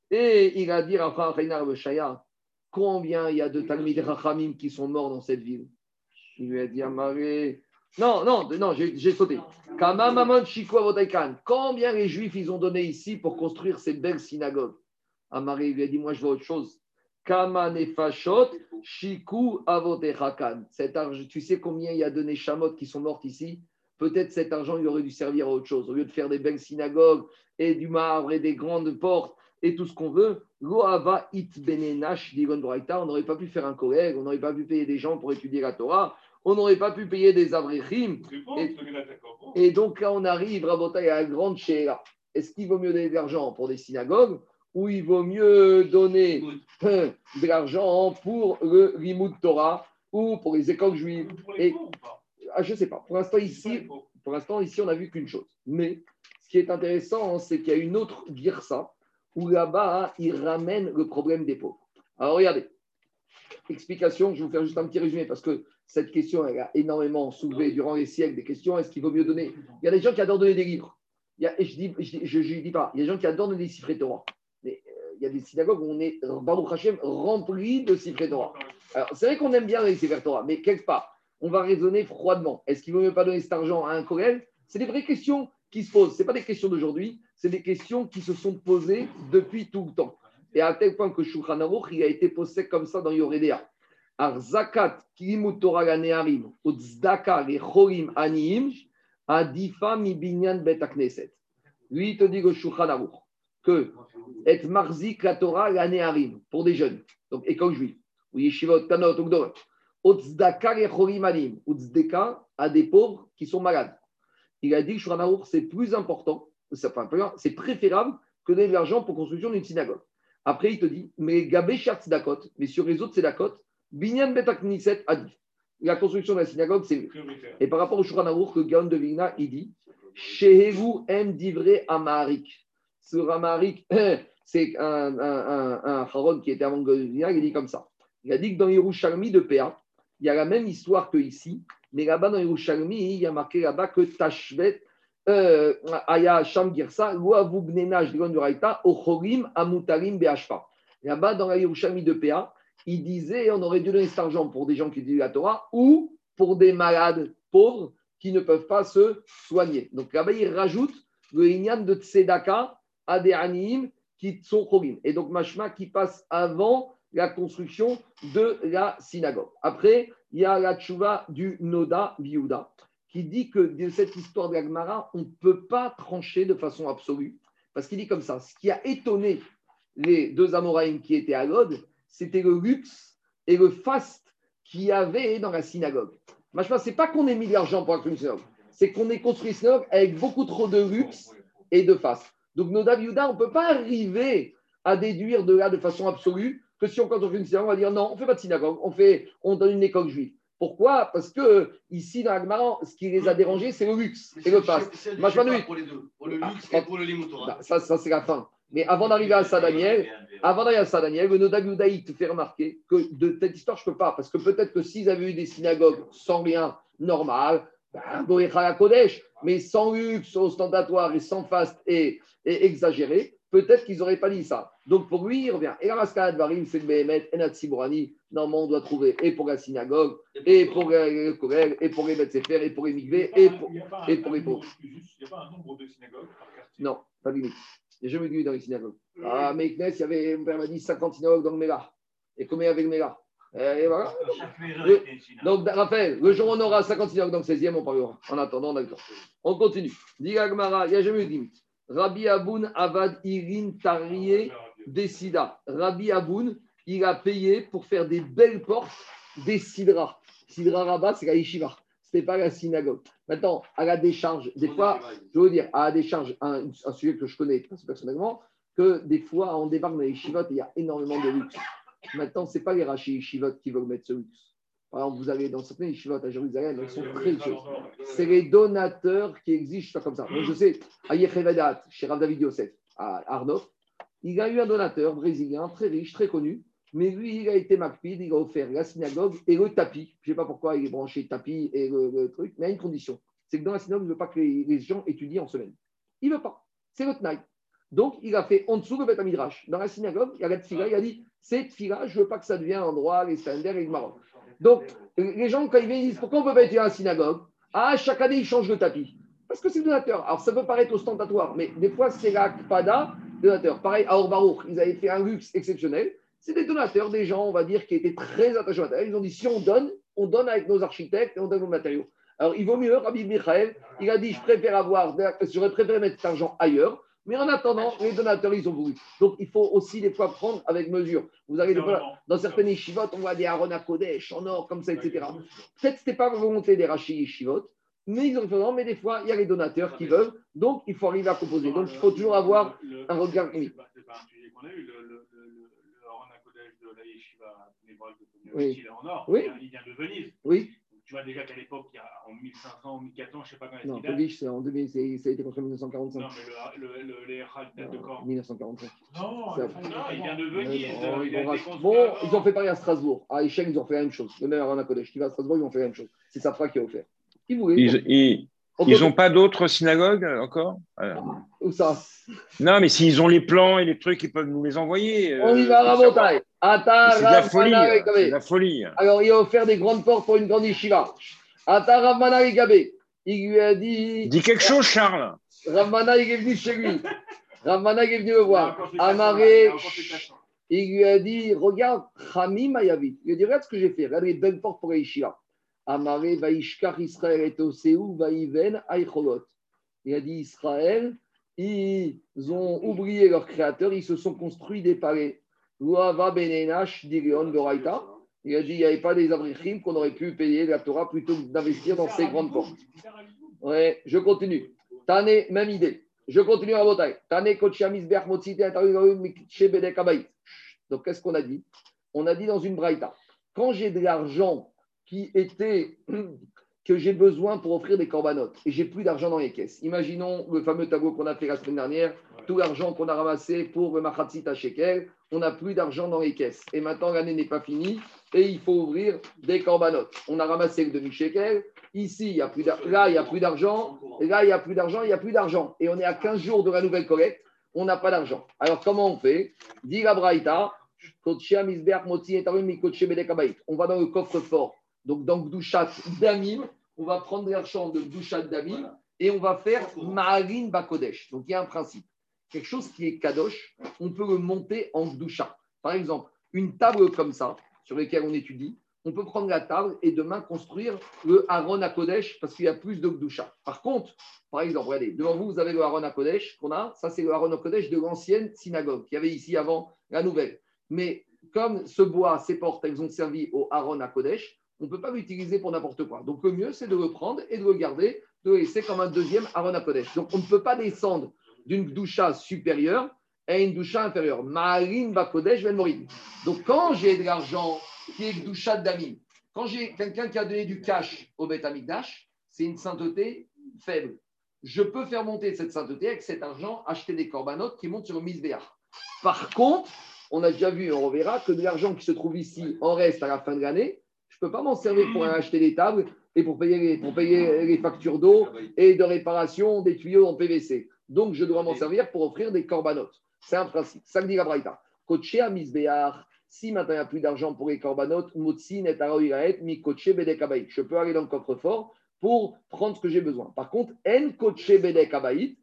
Et il a dit à Rabbi Chama Rabbi Oshaya, combien il y a de Talmid Rachamim qui sont morts dans cette ville? Il lui a dit, Amaré. Non, non, non, j'ai, j'ai sauté. Combien les Juifs ils ont donné ici pour construire ces belles synagogues? Amaré lui a dit, moi je vois autre chose. Kama nefashot shiku avotechakan. Cet argent, tu sais combien il y a de Neshamot qui sont mortes ici? Peut-être cet argent il aurait dû servir à autre chose. Au lieu de faire des belles synagogues et du marbre et des grandes portes et tout ce qu'on veut, Loava it benenash digon braïta, on n'aurait pas pu faire un collègue, on n'aurait pas pu payer des gens pour étudier la Torah, on n'aurait pas pu payer des avrechim. Et, et donc là, on arrive, Rabotai, à la grande chéra. Est-ce qu'il vaut mieux donner de l'argent pour des synagogues ou il vaut mieux donner euh, de l'argent pour le Limud Torah ou pour les écoles juives? Et, ah, je ne sais pas. Pour l'instant, ici, pour l'instant, ici, on n'a vu qu'une chose. Mais Ce qui est intéressant, c'est qu'il y a une autre girsa où là-bas, il ramène le problème des pauvres. Alors regardez, explication, je vais vous faire juste un petit résumé parce que cette question, elle a énormément soulevé durant les siècles des questions. Est-ce qu'il vaut mieux donner? Il y a des gens qui adorent donner des livres. Il y a, et je dis, je, je, je dis pas, il y a des gens qui adorent donner des siffrets Torah. Mais euh, il y a des synagogues où on est, Baruch Hashem, rempli de siffrets Torah. Alors c'est vrai qu'on aime bien les siffrets Torah, mais quelque part, on va raisonner froidement. Est-ce qu'il vaut mieux pas donner cet argent à un collègue? C'est des vraies questions qui se posent. Ce n'est pas des questions d'aujourd'hui, c'est des questions qui se sont posées depuis tout le temps. Et à tel point que Shulchan Aruch, il a été posé comme ça dans Yoredea. Arzakat kilimut Torah ganearim utzdaka lechorim aniim adifa mi binyan bet hakneset. Lui, il te dit le Shulchan Aruch que et marzik la Torah ganearim pour des jeunes, donc école juive, ou yeshivot, tanot, ugdorot, utzdaka lechorim aniim, utzdaka à des pauvres qui sont malades. Il a dit que Shulchan Aruch c'est plus important, c'est préférable que donner de l'argent pour construction d'une synagogue. Après, il te dit, mais Gabé Shatz Dakot, mais sur les autres Tzedakot, Binyan Betakniset a dit, la construction de la synagogue, c'est mieux. Et par rapport au Shulchan Aruch, le Gaon de Vilna, il dit, Shehevu em divrei Amarik. Ce Amarik, c'est un, un, un, un Haron qui était avant le Vilna, il dit comme ça. Il a dit que dans Yerushalmi de Péa, il y a la même histoire que ici, mais là-bas dans Yerushalmi, il y a marqué là-bas que Tashvet, Aya Sham Girsa, Loavu Gnenaj de Gonduraita, Ochorim Amutarim Beashpa. Là-bas, dans la Yerushalmi de Péa, il disait on aurait dû donner cet argent pour des gens qui étudient la Torah ou pour des malades pauvres qui ne peuvent pas se soigner. Donc là-bas, il rajoute le Inyan de Tzedaka à des Aniim qui sont Chorim. Et donc, Mashma qui passe avant la construction de la synagogue. Après, il y a la tchouva du Noda Biouda, qui dit que de cette histoire de la Gemara, on ne peut pas trancher de façon absolue. Parce qu'il dit comme ça, ce qui a étonné les deux Amoraïm qui étaient à Lod, c'était le luxe et le faste qu'il y avait dans la synagogue. Machma, ce n'est pas qu'on ait mis de l'argent pour construire une synagogue, c'est qu'on ait construit une synagogue avec beaucoup trop de luxe et de faste. Donc, Noda Biouda, on ne peut pas arriver à déduire de là de façon absolue que si on construit une synagogue, on va dire non, on ne fait pas de synagogue, on, fait, on donne une école juive. Pourquoi? Parce que ici, dans l'Agmara, ce qui les a dérangés, c'est le luxe et le faste. Moi, je pas pour les deux, pour le luxe et pour le Limoutora. Ça, ça c'est la fin. Mais avant d'arriver à ça, Daniel, avant d'arriver à ça, Daniel, le Noda Biouda, il te fait remarquer que de cette histoire, je ne peux pas. Parce que peut-être que s'ils avaient eu des synagogues sans rien normal, ben, Kodesh, mais sans luxe, ostentatoire et sans faste et, et exagéré, peut-être qu'ils n'auraient pas dit ça. Donc pour lui, il revient. Et la Maskana de Varim, c'est le Behemet, Enat Sibourani. Normalement, on doit trouver et pour la synagogue, et pour le Korel, et pour les Bet Sefer, et pour les Mikveh, et pour, et pour les pauvres. Il n'y a pas un nombre de synagogues par quartier. Non, pas de limite. Il n'y a jamais de limite dans les synagogues. Ah, mais Knes, il y avait, mon père m'a dit cinquante synagogues dans le Méla. Et combien avec le Méla? Et voilà. Le, donc, Raphaël, le jour où on aura cinquante synagogues dans le seizième, on parlera. En attendant, on a le temps. On continue. Dit Agmara, il n'y a jamais eu de limite. Rabbi Aboun Avad Irin Tarié décida. Rabbi Aboun, il a payé pour faire des belles portes des Sidra. Sidra Rabat, c'est la yeshiva. Ce n'était pas la synagogue. Maintenant, à la décharge, des fois, je veux dire, à la décharge, un, un sujet que je connais personnellement, que des fois, on débarque dans les yeshivot et il y a énormément de luxe. Maintenant, ce n'est pas les rachis yeshivot qui veulent mettre ce luxe. Par exemple, vous allez dans certaines yeshivot à Jérusalem, elles sont très luxueuses. C'est les donateurs qui exigent ça comme ça. Moi, je sais, à Yechevadat, chez Rav David Yosef, à Arnaud, il a eu un donateur brésilien très riche, très connu, mais lui, il a été macpide, il a offert la synagogue et le tapis. Je ne sais pas pourquoi il est branché tapis et le, le truc, mais il y a une condition. C'est que dans la synagogue, il ne veut pas que les, les gens étudient en semaine. Il ne veut pas. C'est le Tnaï. Donc, il a fait en dessous le Beth Midrash. Dans la synagogue, il y a la tfila, il a dit c'est tfila, je ne veux pas que ça devienne un endroit, les Stender et le Maroc. Donc, les gens, quand ils viennent, ils disent pourquoi on ne peut pas étudier à la synagogue? Ah, chaque année, ils changent de tapis. Parce que c'est le donateur. Alors, ça peut paraître ostentatoire, mais des fois, c'est la Kpada, donateur. Pareil, à Orbarouk, ils avaient fait un luxe exceptionnel. C'est des donateurs, des gens, on va dire, qui étaient très attachés au matériel. Ils ont dit si on donne, on donne avec nos architectes et on donne nos matériaux. Alors, il vaut mieux, Rabbi Michael, il a dit je préfère avoir, j'aurais préféré mettre cet argent ailleurs. Mais en attendant, les donateurs, ils ont voulu. Donc, il faut aussi des fois prendre avec mesure. Vous avez des fois, dans certaines yeshivot, on voit des Aaron à Kodesh en or, comme ça, et cetera. Peut-être que ce n'était pas la volonté des rachis yeshivot, mais ils ont fait non, mais des fois, il y a les donateurs qui veulent. Donc, il faut arriver à composer. Donc, il faut toujours avoir un regard. Ce n'est pas un sujet qu'on a eu. Le Aaron à Kodesh de la yeshiva, il est en or. Il vient de Venise. Oui. tu vois déjà qu'à l'époque, il y a en mille cinq cents, mille quatre cents, je ne sais pas quand est-ce Non, qu'il date. Kovish, c'est en deux mille, c'est, ça a été construit en mille neuf cent quarante-cinq. Non, mais le, le, le, le Echad date de quand? mille neuf cent quarante-cinq. Non, c'est non, il vient de Venise. Non, il a bon, été construit bon avant. ils ont fait pareil à Strasbourg. À Echec, ils ont fait la même chose. Le même Aaron à Kodesh. Tu vas à Strasbourg, ils ont fait la même chose. C'est Safra qui a offert. Qui voulait Ils ils, ils ont pas d'autres synagogues encore? Où ça? Non, mais s'ils ont les plans et les trucs, ils peuvent nous les envoyer. On y euh, va, pour savoir. Rabotai. Ata, C'est de la Rav folie. Mana, hein, Gabé. C'est de la folie. Alors, il a offert des grandes portes pour une grande yeshiva. Ata, Rav Mana, Gabé. Il lui a dit. Dis quelque chose, Charles. Rav Mana, il est venu chez lui. Rav Mana, il est venu me voir. Il y a encore Amaré. des cassons, là. Il lui a dit, regarde, Chami Mayavit. Il lui a dit, regarde ce que j'ai fait. Regarde les belles portes pour la yeshiva. Amaré, Vaishkar Israël et Oseou, Vaïven, Aïcholot. Il a dit, Israël, ils ont oublié leur créateur, ils se sont construits des palais. Luava Benenash, Dirion, Goraïta. Il a dit, il n'y avait pas des abrichim qu'on aurait pu payer la Torah plutôt que d'investir dans ces grandes portes. Ouais, je continue. Tane, même idée. Je continue à Botaï. Tane, Kochiamis, Bermotite, Mikche, Kabaït. Donc, qu'est-ce qu'on a dit? On a dit dans une braïta, quand j'ai de l'argent qui était, que j'ai besoin pour offrir des corbanotes et j'ai plus d'argent dans les caisses. Imaginons le fameux tableau qu'on a fait la semaine dernière, tout l'argent qu'on a ramassé pour le Machatzit à Shekel, on n'a plus d'argent dans les caisses. Et maintenant, l'année n'est pas finie et il faut ouvrir des corbanotes. On a ramassé le demi-shekel. Ici, il y a plus là, il n'y a plus d'argent. Et là, il n'y a plus d'argent, il n'y a plus d'argent. Et on est à quinze jours de la nouvelle collecte. On n'a pas d'argent. Alors, comment on fait? Dit la Braïta, on va dans le coffre-fort. Donc, dans Gdushat Damim, on va prendre l'argent de Gdushat Damim et on va faire Ma'arin Bakodesh. Donc, il y a un principe. Quelque chose qui est Kadosh, on peut le monter en Gdusha. Par exemple, une table comme ça, sur laquelle on étudie, on peut prendre la table et demain construire le Aaron à Kodesh parce qu'il y a plus de Gdusha. Par contre, par exemple, regardez, devant vous, vous avez le Aaron à Kodesh qu'on a. Ça, c'est le Aaron à Kodesh de l'ancienne synagogue qu'il y avait ici avant la nouvelle. Mais comme ce bois, ces portes, elles ont servi au Aaron à Kodesh, on ne peut pas l'utiliser pour n'importe quoi. Donc, le mieux, c'est de le prendre et de le garder, de le laisser comme un deuxième Aaron à Kodesh. Donc, on ne peut pas descendre d'une Gdusha supérieure à une Gdusha inférieure. Ma'arin Bakodesh Ben Morid. Donc, quand j'ai de l'argent qui est Gdusha Damim, quand j'ai quelqu'un qui a donné du cash au Beth Amikdash, c'est une sainteté faible. Je peux faire monter cette sainteté avec cet argent, acheter des corbanotes qui montent sur le Misbéach. Par contre, on a déjà vu et on reverra que de l'argent qui se trouve ici en reste à la fin de l'année, je ne peux pas m'en servir pour acheter des tables et pour payer les, pour payer les factures d'eau et de réparation des tuyaux en P V C. Donc, je dois m'en servir pour offrir des corbanotes. C'est un principe. Ça le dit la Braïta. Coché à Misbéach, si maintenant il n'y a plus d'argent pour les corbanotes, je peux aller dans le coffre-fort pour prendre ce que j'ai besoin. Par contre, en coché bedek abaït,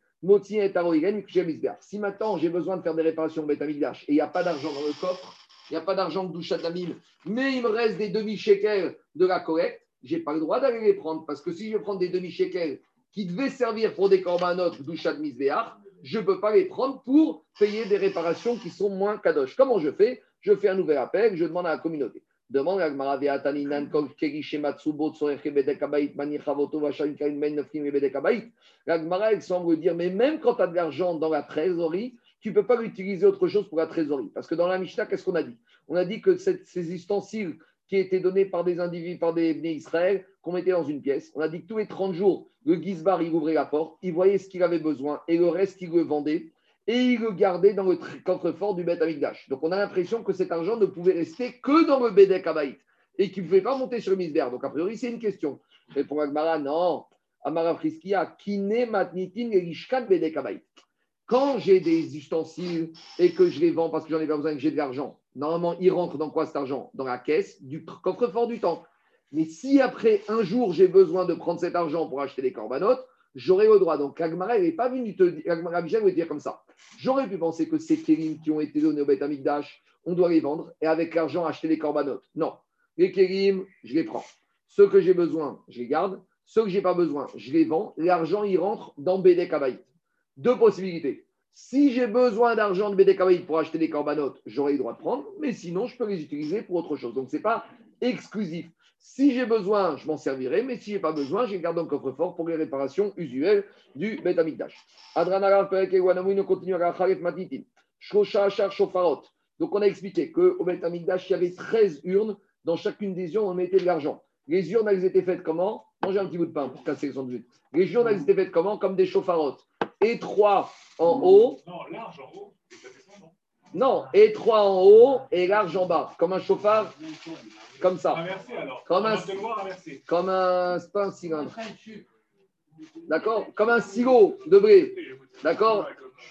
si maintenant j'ai besoin de faire des réparations au Beth Amikdash et il n'y a pas d'argent dans le coffre, il n'y a pas d'argent de Gdushat Damim, mais il me reste des demi-shekels de la collecte, je n'ai pas le droit d'aller les prendre parce que si je prends des demi-shekels qui devaient servir pour des corbanotes Gdushat Misbéach, je ne peux pas les prendre pour payer des réparations qui sont moins kadosh. Comment je fais? Je fais un nouvel appel, je demande à la communauté. Demande à Gmara Ve'ataninan Kol Keri Shematsubo Tsorech Bedek Abayit Mani Chavoto Vashain Kain Men Nefrim Bedek Abayit. La Gmara, elle semble dire, mais même quand tu as de l'argent dans la trésorerie, tu ne peux pas l'utiliser autre chose pour la trésorerie. Parce que dans la Mishnah, qu'est-ce qu'on a dit? On a dit que cette, ces ustensiles qui étaient donnés par des individus, par des Bnei Israël, qu'on mettait dans une pièce, on a dit que tous les trente jours, le Gizbar, il ouvrait la porte, il voyait ce qu'il avait besoin et le reste, il le vendait. Et il le gardait dans le coffre-fort du Beth Amikdash. Donc on a l'impression que cet argent ne pouvait rester que dans le Bedek Abaït et qu'il ne pouvait pas monter sur le Misber. Donc a priori, c'est une question. Répond Agmara, non. Amara Friskia, Kine Matnitin Elishkan Bedek Abaït. Quand j'ai des ustensiles et que je les vends parce que j'en ai pas besoin et que j'ai de l'argent, normalement, il rentre dans quoi cet argent? Dans la caisse du coffre-fort du temple. Mais si après un jour, j'ai besoin de prendre cet argent pour acheter des corbanotes, j'aurais le droit. Donc, Agmara, elle n'est pas venue te dire, Agmara veut dire comme ça. J'aurais pu penser que ces kélim qui ont été donnés au Beth Amikdash, on doit les vendre et avec l'argent acheter des corbanotes. Non. Les kélim, je les prends. Ceux que j'ai besoin, je les garde. Ceux que je n'ai pas besoin, je les vends. L'argent, il rentre dans Bedek Abayit. Deux possibilités. Si j'ai besoin d'argent de Bedek Abayit pour acheter des corbanotes, j'aurai le droit de prendre. Mais sinon, je peux les utiliser pour autre chose. Donc, ce n'est pas exclusif. Si j'ai besoin, je m'en servirai, mais si je n'ai pas besoin, je les garde dans le coffre-fort pour les réparations usuelles du Beth Amikdash. Donc, on a expliqué qu'au Beth Amikdash, il y avait treize urnes. Dans chacune des urnes, on mettait de l'argent. Les urnes, elles étaient faites comment? Mangez un petit bout de pain pour casser les sandwichs. Les urnes, elles étaient faites comment? Comme des chauffarottes. Étroits en haut. Non, large en haut. Non, étroit en haut et large en bas. Comme un chauffard. Comme ça. Inversé alors. Comme un, comme un, c'est pas un cylindre. D'accord? Comme un silo de blé. D'accord?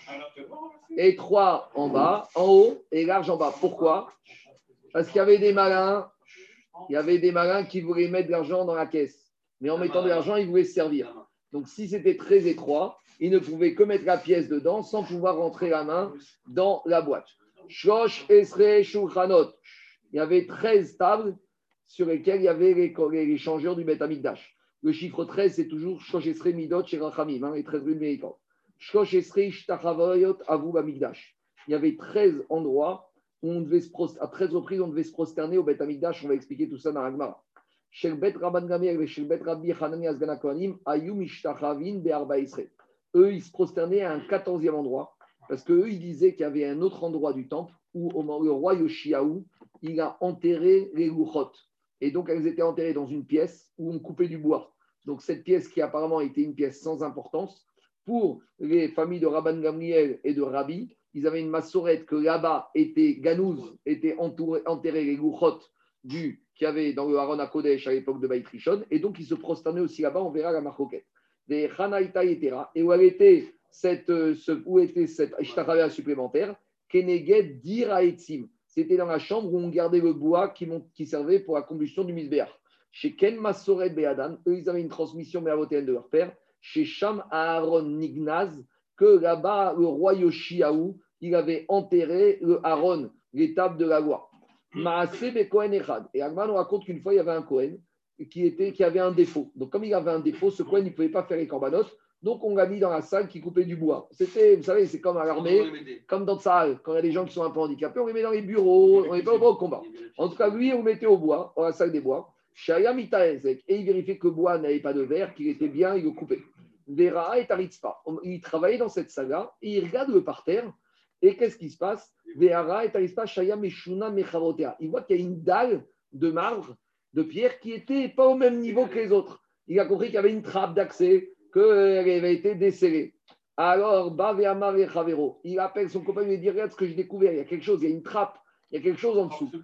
Étroit en bas, en haut et large en bas. Pourquoi? Parce qu'il y avait des malins. Il y avait des malins qui voulaient mettre de l'argent dans la caisse. Mais en mettant de l'argent, ils voulaient se servir. Donc, si c'était très étroit, ils ne pouvaient que mettre la pièce dedans sans pouvoir rentrer la main dans la boîte. Shosh Esre Shulchanot. Il y avait treize tables sur lesquelles il y avait les, les changeurs du Beth Amikdash. Le chiffre treize, c'est toujours Shosh Esre Midot chez Rachamim, hein, les treize rues américaines. Shosh Esre Shtachavayot Avu Amikdash. Il y avait treize endroits où on devait se prosterner, à treize reprises, on devait se prosterner au Beth Amikdash. On va expliquer tout ça dans la Gemara. Shel Bet Rabban Gamliel et Shel Bet Rabbi Hanani Asgana Kohanim Ayu Mishtachavin Be'arba Israël. Eux, ils se prosternaient à un quatorzième endroit, parce qu'eux, ils disaient qu'il y avait un autre endroit du temple où le roi Yoshiaou, il a enterré les louchot. Et donc, elles étaient enterrées dans une pièce où on coupait du bois. Donc, cette pièce qui apparemment était une pièce sans importance, pour les familles de Rabban Gamliel et de Rabbi, ils avaient une massorette que là-bas était Ganouz, était entouré, enterré les louchot du qu'il y avait dans le Haron à Kodesh à l'époque de Baït Rishon, et donc ils se prosternaient aussi là-bas, on verra la marcoquette. Des Hanaïta et Tera, et où, elle était cette, ce, où était cette Ishtachavia supplémentaire, Keneged Diraetzim. C'était dans la chambre où on gardait le bois qui, qui servait pour la combustion du Misbéach. Chez Ken Masoret Beadan, eux, ils avaient une transmission méavotéenne de leur père. Chez Sham Aaron Nignaz, que là-bas, le roi Yoshiaou, il avait enterré le Aaron, les tables de la loi. Maaseh Bekohen Echad. Et Agman nous raconte qu'une fois, il y avait un Kohen qui, était, qui avait un défaut. Donc, comme il avait un défaut, ce Kohen, il ne pouvait pas faire les corbanotes. Donc, on l'a mis dans la salle qui coupait du bois. C'était, vous savez, c'est comme à l'armée, comme dans salle, quand il y a des gens qui sont un peu handicapés, on les met dans les bureaux, on les met pas au combat. En tout cas, lui, on le mettait au bois, dans la salle des bois. Shaya Mitaezek. Et il vérifiait que le bois n'avait pas de verre, qu'il était bien, il le coupait. Vera et Taritzpa. Il travaillait dans cette salle-là, et il regarde le parterre. Et qu'est-ce qui se passe? Vera et Taritzpa, Shaya Meshuna Mechavotea. Il voit qu'il y a une dalle de marbre, de pierre, qui n'était pas au même niveau que les autres. Il a compris qu'il y avait une trappe d'accès, qu'elle avait été décellée. Alors, Baveamar et Chavero, il appelle son copain, il lui dit: regarde ce que j'ai découvert, il y a quelque chose, il y a une trappe, il y a quelque chose en dessous.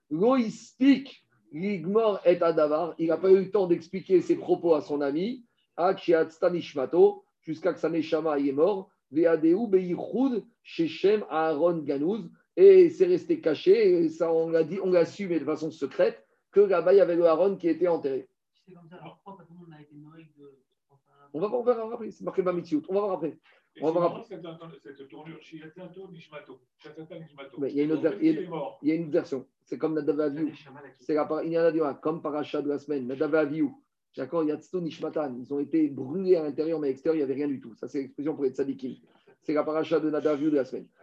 Loïstik, Ligmor et Adavar, il n'a pas eu le temps d'expliquer ses propos à son ami, Achiat Stanishmato, jusqu'à que sa neshama est mort, Veadeu Beichoud, Shechem Aaron Ganouz, et c'est resté caché, et ça on l'a dit, on l'a su, mais de façon secrète, que là-bas il y avait le Aaron qui était enterré. C'est comme ça, alors pourquoi tout le monde a été nourri de. On va voir après, c'est marqué Bamitiout. On va voir après. On va voir après. Cette tournure, Shiatato Nishmato. Il y a une autre version. Il y a une autre version. C'est comme Nadav Aviou. C'est la il y en a dit comme paracha de la semaine. Nadav Aviou. D'accord, Yatsto Nishmatan. Ils ont été brûlés à l'intérieur, mais à l'extérieur, il n'y avait rien du tout. Ça, c'est l'expression pour les tzadikim. C'est la paracha de Nadav Aviou de la semaine.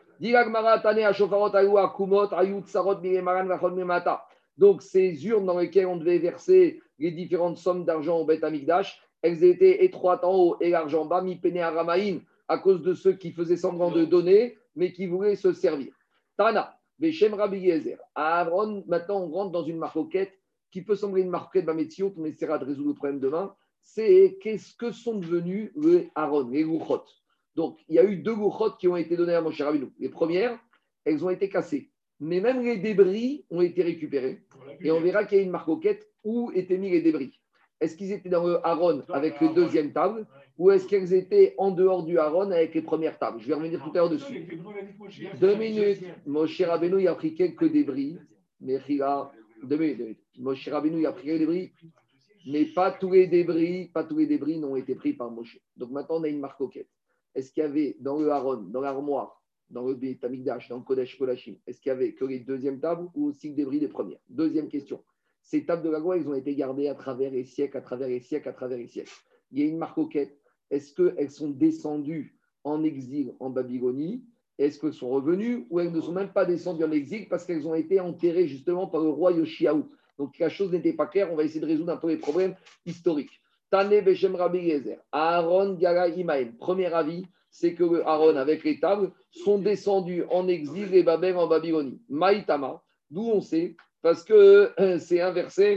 Donc, ces urnes dans lesquelles on devait verser les différentes sommes d'argent au Beth Amikdash, elles étaient étroites en haut et larges en bas, mi pene aramaïn, à cause de ceux qui faisaient semblant de donner, mais qui voulaient se servir. Tana, Beshem Rabbi Yezer. Aaron, maintenant, on rentre dans une marcoquette qui peut sembler une marcoquette Bametziot, on essaiera de résoudre le problème demain. C'est qu'est-ce que sont devenus les Aaron, les louchot. Donc, il y a eu deux louchot qui ont été donnés à Moshe Rabbeinu. Les premières, elles ont été cassées. Mais même les débris ont été récupérés. Et on verra qu'il y a une marcoquette où étaient mis les débris. Est-ce qu'ils étaient dans le Aaron avec les deuxièmes tables ou est-ce qu'elles étaient en dehors du Aaron avec les premières tables? Je vais revenir tout à l'heure dessus. Deux minutes. Moshe Rabbeinu a pris quelques débris. Mais deux minutes. Moshe Rabbeinu a pris quelques débris. Mais pas tous les débris, pas tous les débris n'ont été pris par Moshe. Donc maintenant, on a une marcoquette. Est-ce qu'il y avait dans le Aaron, dans l'armoire, dans le Beit Amikdash, dans le Kodesh Kodashim, est-ce qu'il y avait que les deuxièmes tables ou aussi les débris des premières? Deuxième question. Ces tables de la loi, elles ont été gardées à travers les siècles, à travers les siècles, à travers les siècles. Il y a une marcoquette. Est-ce qu'elles sont descendues en exil en Babylonie? Est-ce qu'elles sont revenues ou elles ne sont même pas descendues en exil parce qu'elles ont été enterrées justement par le roi Yoshiaou? Donc la chose n'était pas claire. On va essayer de résoudre un peu les problèmes historiques. Tane Beshem Rabbi Yezer. Aaron Gara Imaim. Premier avis, c'est que le Aaron avec les tables sont descendus en exil et Babel en Babylonie. Maïtama, d'où on sait, parce que euh, c'est un verset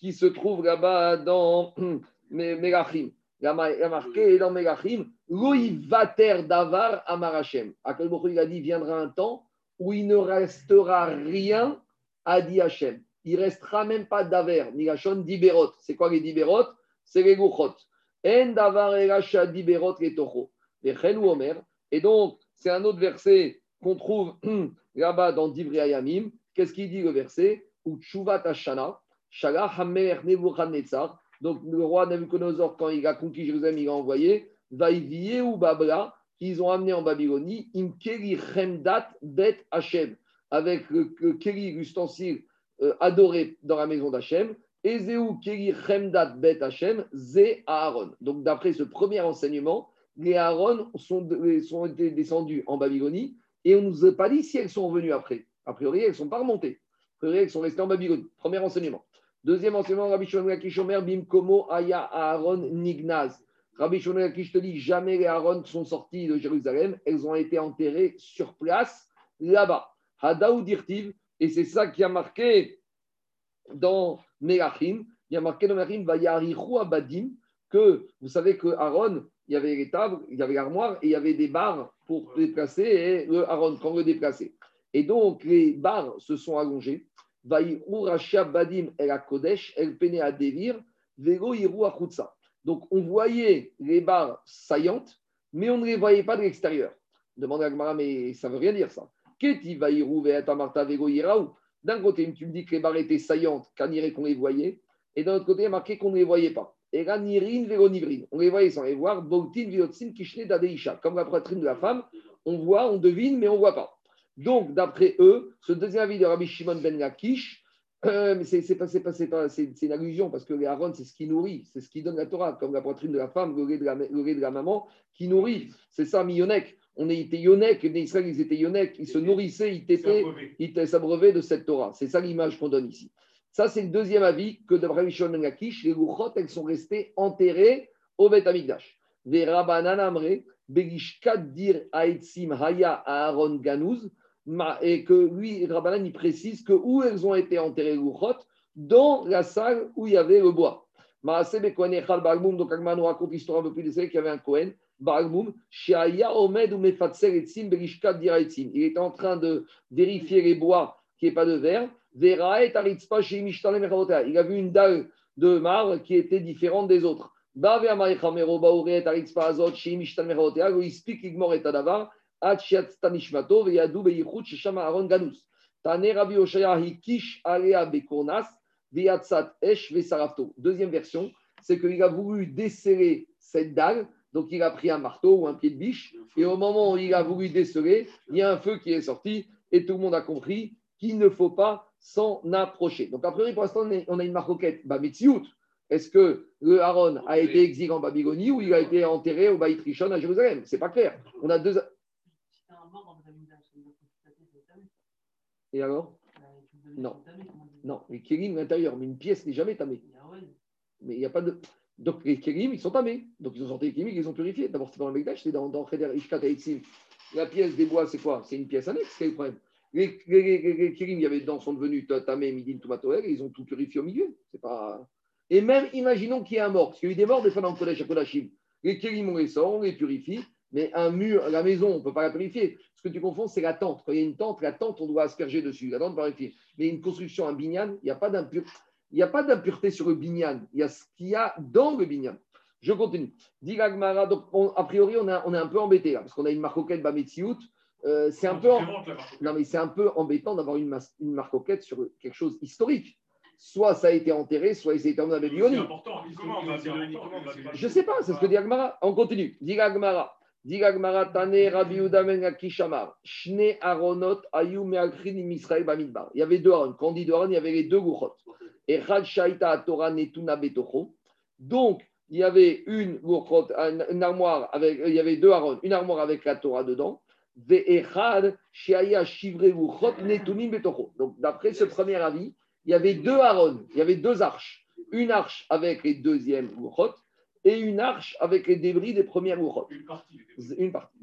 qui se trouve là-bas dans Melachim. Il y a marqué dans Melachim, Loïvater Davar Amar Hashem. Akadosh Baruch Hu, il a dit, viendra un temps où il ne restera rien à dit Hashem. Il ne restera même pas d'aver, ni Lachon d'Iberot. C'est quoi les d'Iberot? C'est les Gouchot. En Davar Elacha d'Iberot les Toho. Et donc, c'est un autre verset qu'on trouve là-bas dans Divrei Hayamim. Qu'est-ce qu'il dit le verset? Ou Tshuvat Hashana, Shalach HaMelech Nebuchadnezzar. Donc, le roi Nabucodonosor, quand il a conquis Jérusalem, il a envoyé Vaïvié ou Babla, qu'ils ont amené en Babylonie, Im Keli Chemdat Bet Hashem, avec le, le Keli, l'ustensile euh, adoré dans la maison d'Hachem, Ezeu Keli Chemdat Bet Hashem, Zé Aaron. Donc, d'après ce premier enseignement, les Aaron sont, sont été descendus en Babylonie et on ne nous a pas dit si elles sont revenues après. A priori, elles ne sont pas remontées. A priori, elles sont restées en Babylonie. Premier enseignement. Deuxième enseignement, Rabbi Shimon Lakish Omer, Bim Komo Aya Aaron Nignaz. Rabbi Shimon Lakish te dit, jamais les Aaron sont sortis de Jérusalem, elles ont été enterrées sur place, là-bas. Hadaou Dirtiv, et c'est ça qui a marqué dans Melachim, il y a marqué dans Melachim, Vayarichu Abadim, que vous savez que Aaron, il y avait les tables, il y avait l'armoire, et il y avait des barres pour déplacer, et le Aaron, quand le déplacer. Et donc, les barres se sont allongées. Badim el Kodesh, el Pene Adevir, Vego Iru Achutsa. Donc, on voyait les barres saillantes, mais on ne les voyait pas de l'extérieur. Demande à Gmara, mais ça ne veut rien dire ça. Keti Vairu Veatamarta Vego Iraou. D'un côté, tu me dis que les barres étaient saillantes, qu'on irait qu'on les voyait, et d'un autre côté, il y a marqué qu'on ne les voyait pas. Et là, Nirin Vego Nivrin. On les voyait sans les voir. Boutin Viotsin Kishne Dadeisha. Comme la poitrine de la femme, on voit, on devine, mais on ne voit pas. Donc, d'après eux, ce deuxième avis de Rabbi Shimon ben Lakish, euh, c'est, c'est, pas, c'est, pas, c'est, pas, c'est, c'est une allusion parce que les Aaron, c'est ce qui nourrit, c'est ce qui donne la Torah, comme la poitrine de la femme, le lait de la, le lait de la maman qui nourrit. C'est ça, mi-yonek. On était yonek, les Israël, ils étaient yonek, ils se nourrissaient, ils étaient, ils s'abreuvaient de cette Torah. C'est ça l'image qu'on donne ici. Ça, c'est le deuxième avis que de Rabbi Shimon ben Lakish, les Luchot, elles sont restées enterrées au Beth Amikdash. Ve Rabbanan Amre, Begishkat dir Aitzim Haya Aaron Ganouz. Et que lui, Rabbanan, il précise que où elles ont été enterrées, Luchot, dans la salle où il y avait le bois. Donc, Agma nous raconte l'histoire un peu plus détaillée qu'il y avait un Kohen, Barmoum, Sheaya Omed ou Mefatser Etzim Berishkat Diraitzim. Il était en train de vérifier les bois qui n'est pas de verre. Veraet Aritzpa Shei Mishtale Mecharotea. Il a vu une dalle de marbre qui était différente des autres. Bave Amarichamero Baouret Aritzpa Azot Shei Mishtale Mecharotea. Il explique Igmor et Tadavar. Tanishmato Veyadou Beyichut Sheshama Aaron Ganous. Tane Rabbi Oshaya Hikish Alea Bekonas Veyatsat Esh Vesarafto. Deuxième version, c'est qu'il a voulu desceller cette dalle, donc il a pris un marteau ou un pied de biche, et au moment où il a voulu desceller, il y a un feu qui est sorti, et tout le monde a compris qu'il ne faut pas s'en approcher. Donc, a priori, pour l'instant, on a une marcoquette. Bah, Metsiout, est-ce que le Aaron a été exilé en Babylonie ou il a été enterré au Baït Rishon à Jérusalem? C'est pas clair. On a deux. Et alors? Non. Non, les kélim à l'intérieur, mais une pièce n'est jamais tamée. Mais il n'y a pas de. Donc les kélim, ils sont tamés. Donc ils ont sorti les kélim, ils les ont purifiés. D'abord, c'était dans le Megdash, c'était dans, dans Cheder Ishkat Aitzim. La pièce des bois, c'est quoi? C'est une pièce annexe, quel est le problème? Les, les, les, les kélim, il y avait dedans, sont devenus tamés, midin, tomatoel, et ils ont tout purifié au milieu. C'est pas. Et même, imaginons qu'il y ait un mort, parce qu'il y a eu des morts des fois dans le Kodesh à Kodashim. Les kélim, on les sort, on les purifie. Mais un mur, la maison, on ne peut pas la purifier. Ce que tu confonds, c'est la tente. Quand il y a une tente, la tente, on doit asperger dessus. La tente, purifier. Mais une construction, un binyan, il n'y a pas d'impur... il n'y a pas d'impureté sur le binyan. Il y a ce qu'il y a dans le binyan. Je continue. Dit l'Agmara, donc on, a priori, on, a, on est un peu embêté là, parce qu'on a une marcoquette Bametsiout. Euh, c'est un peu, en... non mais c'est un peu embêtant d'avoir une, mas... une marcoquette sur quelque chose historique. Soit ça a été enterré, soit ça a été emmené à Babylonie. Je ne sais pas, c'est ce que dit Agmara. On continue. Dit l'Agmara. Il y avait deux Aaron. Quand on dit deux Aaron, il y avait les deux Luchot. Donc, il y avait une Luchot, une armoire avec, il y avait deux Aaron, une armoire avec la Torah dedans. Donc, d'après ce premier avis, il y avait deux Aaron, il y avait deux arches. Une arche avec les deuxièmes Luchot et une arche avec les débris des premières Luchot. Une partie. Une partie.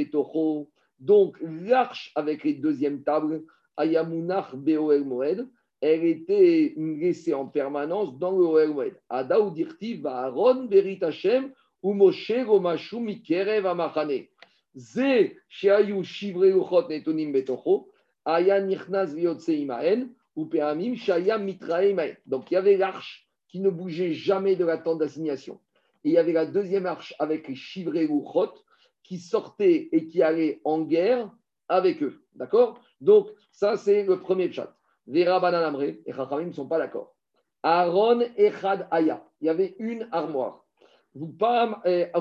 Donc, l'arche avec les deuxièmes tables, Ayamunach Beoel Moed, elle était laissée en permanence dans le Ohel Moed. Ada ou dirtiv Aaron berit Hashem ou Moshe romashu mikerev amachane. Ze sheayu shivrei luchot netonim betocho aya nichnas v'yotze imaen ou peamim shaya mitrae imaen. Donc il y avait l'arche qui ne bougeait jamais de la tente d'assignation. Et il y avait la deuxième arche avec les shivrei luchot qui sortaient et qui allaient en guerre avec eux. D'accord? Donc ça c'est le premier chat. Les Rabbanan Amré et Chachamim ne sont pas d'accord. Aaron Echad Aya. Il y avait une armoire. Et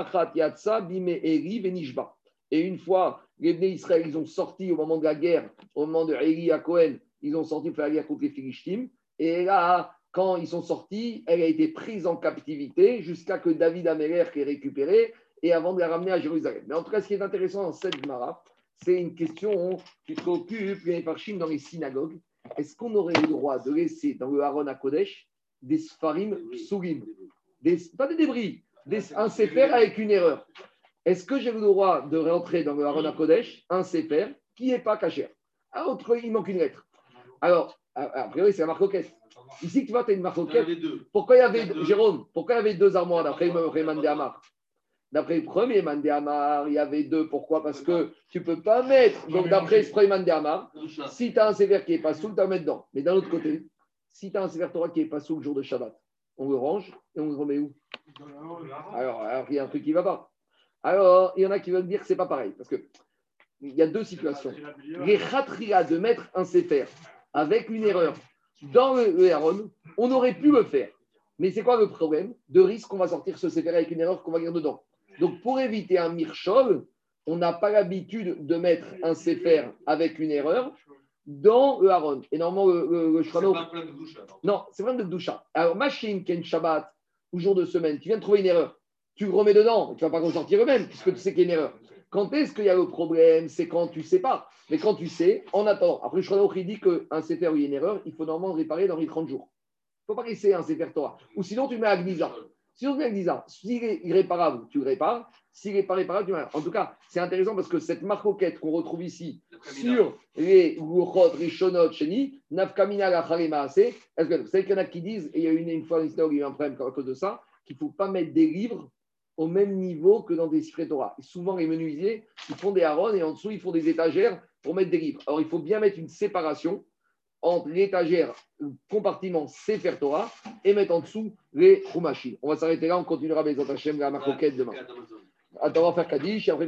une fois, les Bnei Israël, ils ont sorti au moment de la guerre, au moment de Eli à Cohen, ils ont sorti pour faire la guerre contre les Philistines. Et là, quand ils sont sortis, elle a été prise en captivité jusqu'à que David Améler l'ait récupérée et avant de la ramener à Jérusalem. Mais en tout cas, ce qui est intéressant dans cette Gemara, c'est une question qui préoccupe les Parchim dans les synagogues. Est-ce qu'on aurait le droit de laisser dans le Haron à Kodesh des Sfarim Psurim, des, pas des débris, des, un Sefer avec une erreur? Est-ce que j'ai le droit de rentrer dans le Haron à Kodesh un Sefer qui n'est pas caché? Ah, autre, il manque une lettre. Alors, a priori, c'est la marcoquette. Ici, tu vois, tu as une marcoquette. Pourquoi il y avait, Jérôme, pourquoi il y avait deux armoires d'après le Mandé Amar? D'après le premier Mandé Amar, il y avait deux. Pourquoi? Parce que tu ne peux pas mettre. Donc, d'après ce premier Mandé Amar, si tu as un sévère qui n'est pas sous, tu vas le mettre dedans. Mais d'un autre côté, si tu as un sévère Torah qui n'est pas sous le jour de Shabbat, on le range et on le remet où? Alors, alors, il y a un truc qui ne va pas. Alors, il y en a qui veulent dire que ce n'est pas pareil. Parce qu'il y a deux situations. Les khatria de mettre un séfer avec une erreur dans le Aaron, on aurait pu le faire. Mais c'est quoi le problème? De risque qu'on va sortir ce séfer avec une erreur qu'on va lire dedans. Donc, pour éviter un mirchol, on n'a pas l'habitude de mettre un séfer avec une erreur dans le Haron. Et normalement, le, le, le Shulchan Aruch. C'est pas un problème de doucha. Non, c'est un problème de doucha. Alors, machine, Ken Shabbat, ou jour de semaine, tu viens de trouver une erreur. Tu le remets dedans, tu ne vas pas ressortir eux-mêmes, puisque tu sais qu'il y a une erreur. Quand est-ce qu'il y a le problème? C'est quand tu ne sais pas. Mais quand tu sais, en attendant. Après, le Shulchan Aruch dit qu'un séfer où il y a une erreur, il faut normalement le réparer dans les trente jours. Il ne faut pas laisser un séfer Torah. Ou sinon, tu le mets à Gniza. Sinon, tu mets à Gniza. S'il est irréparable, tu le répares. S'il n'est pas réparable, tu le répares. En tout cas, c'est intéressant parce que cette marcoquette qu'on retrouve ici sur les Luchot, Rishonot, Sheni, Nafkamina, la Haremaase, est-ce que vous savez qu'il y en a qui disent, et il y a une, une fois, il y a eu un problème à cause de ça, qu'il ne faut pas mettre des livres au même niveau que dans des Sifrei Torah. Et souvent, les menuisiers, ils font des haron et en dessous, ils font des étagères pour mettre des livres. Alors, il faut bien mettre une séparation entre l'étagère, le compartiment Sefer Torah, et mettre en dessous les Chumashim. On va s'arrêter là, on continuera Bezat Hashem, la marcoquette demain. Attends, on va faire Kaddish, et après